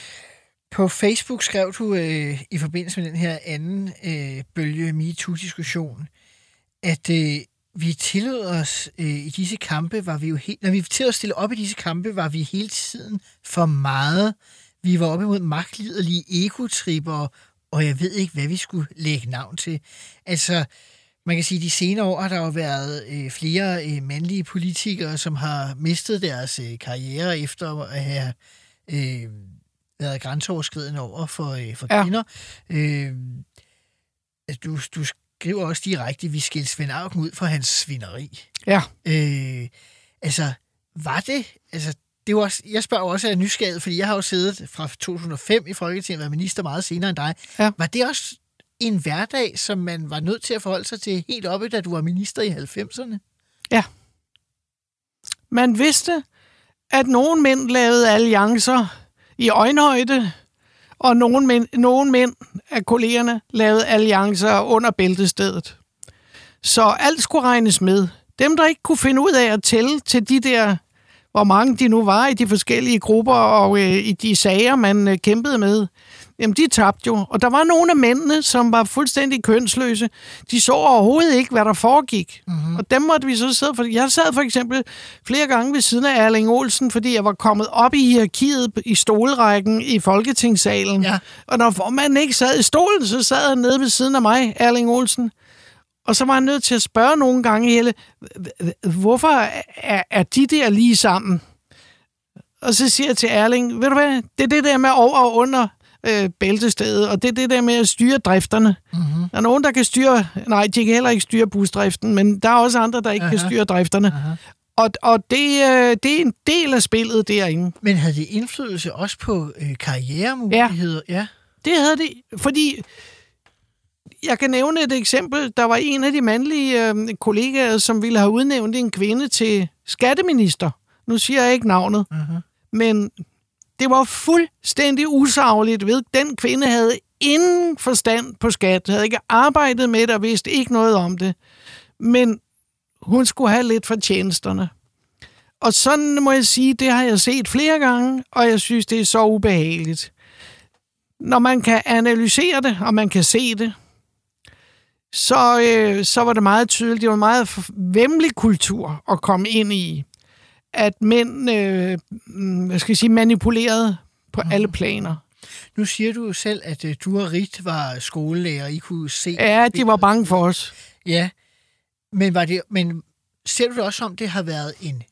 På Facebook skrev du øh, i forbindelse med den her anden øh, bølge MeToo-diskussion, at øh, vi tillod os øh, i disse kampe, var vi jo helt, når vi tillod os stille op i disse kampe, var vi hele tiden for meget. Vi var op imod magtliderlige egotripper, og jeg ved ikke, hvad vi skulle lægge navn til. Altså, man kan sige, at de senere år har der jo været øh, flere øh, mandlige politikere, som har mistet deres øh, karriere efter at have øh, været grænseoverskridende over for, øh, for ja. kvinder. Øh, du, du skriver også direkte, at vi skældte Svend Auken ud for hans svineri. Ja. Øh, altså, var det... Altså, det var også, jeg spørger også af nysgerrighed, fordi jeg har jo siddet fra to tusind og fem i Folketinget og været minister meget senere end dig. Ja. Var det også en hverdag, som man var nødt til at forholde sig til helt oppe, da du var minister i halvfemserne? Ja. Man vidste, at nogle mænd lavede alliancer i øjenhøjde, og nogle mænd, nogle mænd af kollegerne lavede alliancer under bæltestedet. Så alt skulle regnes med. Dem, der ikke kunne finde ud af at tælle til de der, hvor mange de nu var i de forskellige grupper og øh, i de sager, man øh, kæmpede med, jamen de tabte jo. Og der var nogle af mændene, som var fuldstændig kønsløse. De så overhovedet ikke, hvad der foregik. Mm-hmm. Og dem måtte vi så sidde for. Jeg sad for eksempel flere gange ved siden af Erling Olsen, fordi jeg var kommet op i hierarkiet i stolrækken i Folketingssalen. Ja. Og når formanden ikke sad i stolen, så sad han nede ved siden af mig, Erling Olsen. Og så var han nødt til at spørge nogle gange, Helle, hvorfor er, er de der lige sammen? Og så siger jeg til Erling, ved du hvad, det er det der med over og under øh, bæltestedet, og det er det der med at styre drifterne. Mm-hmm. Der er nogen, der kan styre, nej, de kan heller ikke styre busdriften, men der er også andre, der ikke Aha. kan styre drifterne. Aha. Og, og det, øh, det er en del af spillet derinde. Men havde det indflydelse også på øh, karrieremuligheder? Ja. ja, det havde det, fordi... Jeg kan nævne et eksempel. Der var en af de mandlige øh, kollegaer, som ville have udnævnt en kvinde til skatteminister. Nu siger jeg ikke navnet. Uh-huh. Men det var fuldstændig usagligt ved. Den kvinde havde ingen forstand på skat, havde ikke arbejdet med det og vidste ikke noget om det. Men hun skulle have lidt for tjenesterne. Og sådan må jeg sige, det har jeg set flere gange, og jeg synes, det er så ubehageligt. Når man kan analysere det, og man kan se det, Så, øh, så var det meget tydeligt. Det var en meget væmmelig kultur at komme ind i. At mænd, øh, hvad skal jeg sige, manipulerede på mm. alle planer. Nu siger du jo selv, at øh, du og Rit var skolelærer, I kunne se... Ja, de var bange for os. Ja, men, var det, men ser du det også som, det har været en...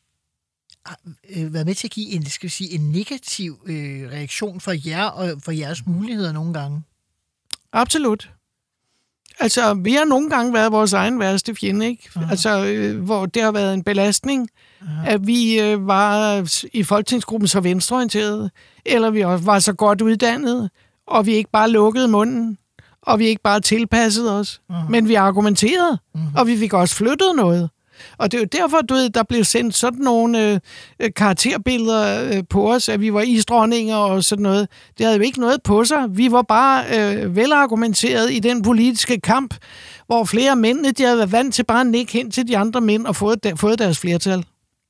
Øh, været med til at give en, skal vi sige, en negativ øh, reaktion for jer og for jeres muligheder nogle gange? Absolut. Altså, vi har nogle gange været vores egen værste fjende, ikke? Uh-huh. Altså, øh, hvor det har været en belastning, uh-huh. at vi øh, var i folketingsgruppen så venstreorienterede, eller vi også var så godt uddannede, og vi ikke bare lukkede munden, og vi ikke bare tilpassede os, uh-huh. men vi argumenterede, uh-huh. og vi fik også flyttet noget. Og det er jo derfor, du ved, der blev sendt sådan nogle øh, karakterbilleder øh, på os, at vi var isdronninger og sådan noget. Det havde jo ikke noget på sig. Vi var bare øh, velargumenteret i den politiske kamp, hvor flere af mændene, de havde været vant til bare at nikke hen til de andre mænd og fået, der, fået deres flertal.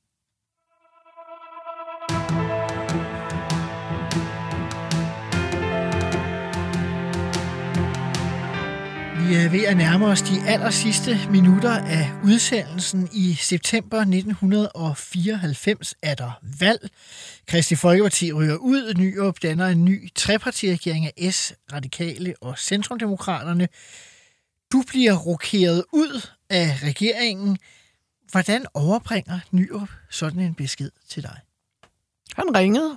Vi er ved at nærme os de aller sidste minutter af udsendelsen. I september nitten fireoghalvfems er der valg. Kristeligt Folkeparti ryger ud. Nyrup danner en ny trepartiregering af S, Radikale og Centrumdemokraterne. Du bliver rokeret ud af regeringen. Hvordan overbringer Nyrup sådan en besked til dig? Han ringede.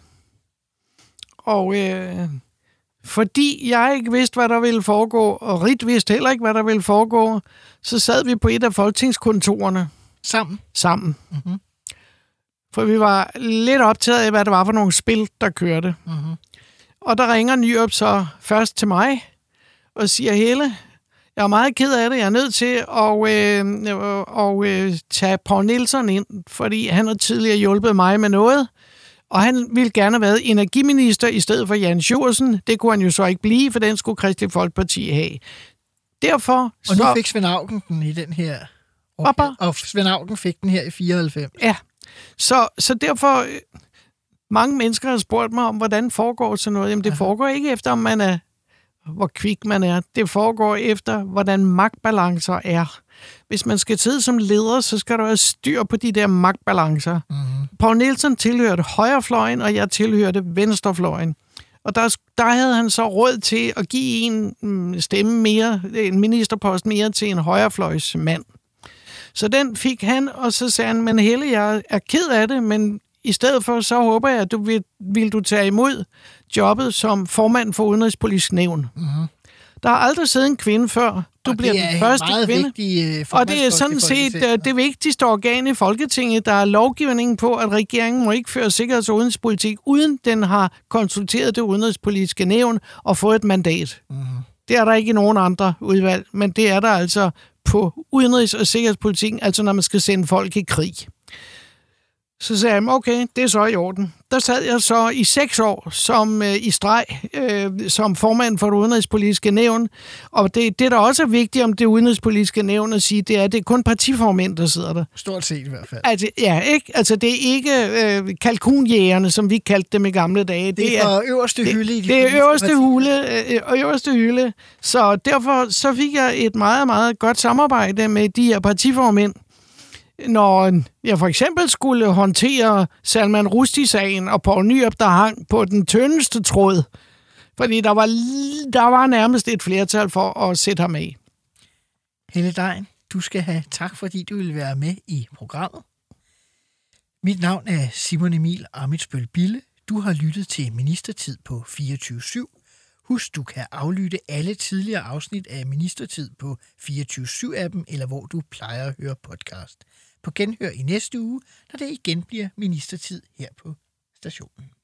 Og... Øh Fordi jeg ikke vidste, hvad der ville foregå, og Rit vidste heller ikke, hvad der ville foregå, så sad vi på et af folketingskontorerne. Sammen? Sammen. Mm-hmm. For vi var lidt optaget af, hvad det var for nogle spil, der kørte. Mm-hmm. Og der ringer Nyrup så først til mig og siger, Helle, jeg er meget ked af det, jeg er nødt til at øh, og, øh, tage Poul Nielsen ind, fordi han har tidligere hjulpet mig med noget. Og han ville gerne have været energiminister i stedet for Jan Sjursen. Det kunne han jo så ikke blive, for den skulle Kristeligt Folkeparti have. Derfor... Og så... nu fik Svend Auken den i den her... Oppa. Og Svend Auken fik den her i fireoghalvfems. Ja, så, så derfor... Mange mennesker har spurgt mig om, hvordan foregår sådan noget. Jamen, det Aha. foregår ikke efter, om man er... hvor kvik man er. Det foregår efter, hvordan magtbalancer er. Hvis man skal sidde som leder, så skal der være styr på de der magtbalancer. Mm-hmm. Poul Nielsen tilhørte højrefløjen, og jeg tilhørte venstrefløjen. Og der, der havde han så råd til at give en stemme mere, en ministerpost mere til en højrefløjsmand. Så den fik han, og så sagde han, men Helle, jeg er ked af det, men i stedet for, så håber jeg, at du vil, vil du tage imod jobbet som formand for Udenrigspolitisk Nævn. Mm-hmm. Der har aldrig siddet en kvinde før. Du og bliver det er den første meget kvinde. Vigtig, uh, og det er sådan set det vigtigste organ i Folketinget, der er lovgivningen på, at regeringen må ikke føre sikkerheds- og udenrigspolitik, uden den har konsulteret det udenrigspolitiske nævn og fået et mandat. Mm-hmm. Det er der ikke i nogen andre udvalg, men det er der altså på udenrigs- og sikkerhedspolitikken, altså når man skal sende folk i krig. Så sagde jeg, okay, det er så i orden. Der sad jeg så i seks år som øh, i streg, øh, som formand for det udenrigspolitiske nævn. Og det, det, der også er vigtigt om det udenrigspolitiske nævn at sige, det er, at det er kun partiformænd, der sidder der. Stort set i hvert fald. Altså, ja, ikke? Altså, det er ikke øh, kalkunjægerne, som vi kaldte dem i gamle dage. Det, det er øverste hylde. Det, det er øverste hule, øh, øverste hylde. Så derfor så fik jeg et meget, meget godt samarbejde med de her partiformænd. Når jeg for eksempel skulle håndtere Salman Rushdie-sagen og Poul Nyrup, der hang på den tyndeste tråd, fordi der var, der var nærmest et flertal for at sætte ham af. Helle Degn, du skal have tak, fordi du ville være med i programmet. Mit navn er Simon Emil Amitsbøl Bille. Du har lyttet til Ministertid på fireogtyve syv. Husk, du kan aflytte alle tidligere afsnit af Ministertid på fireogtyve syv-appen, eller hvor du plejer at høre podcast. På genhør i næste uge, når det igen bliver Ministertid her på stationen.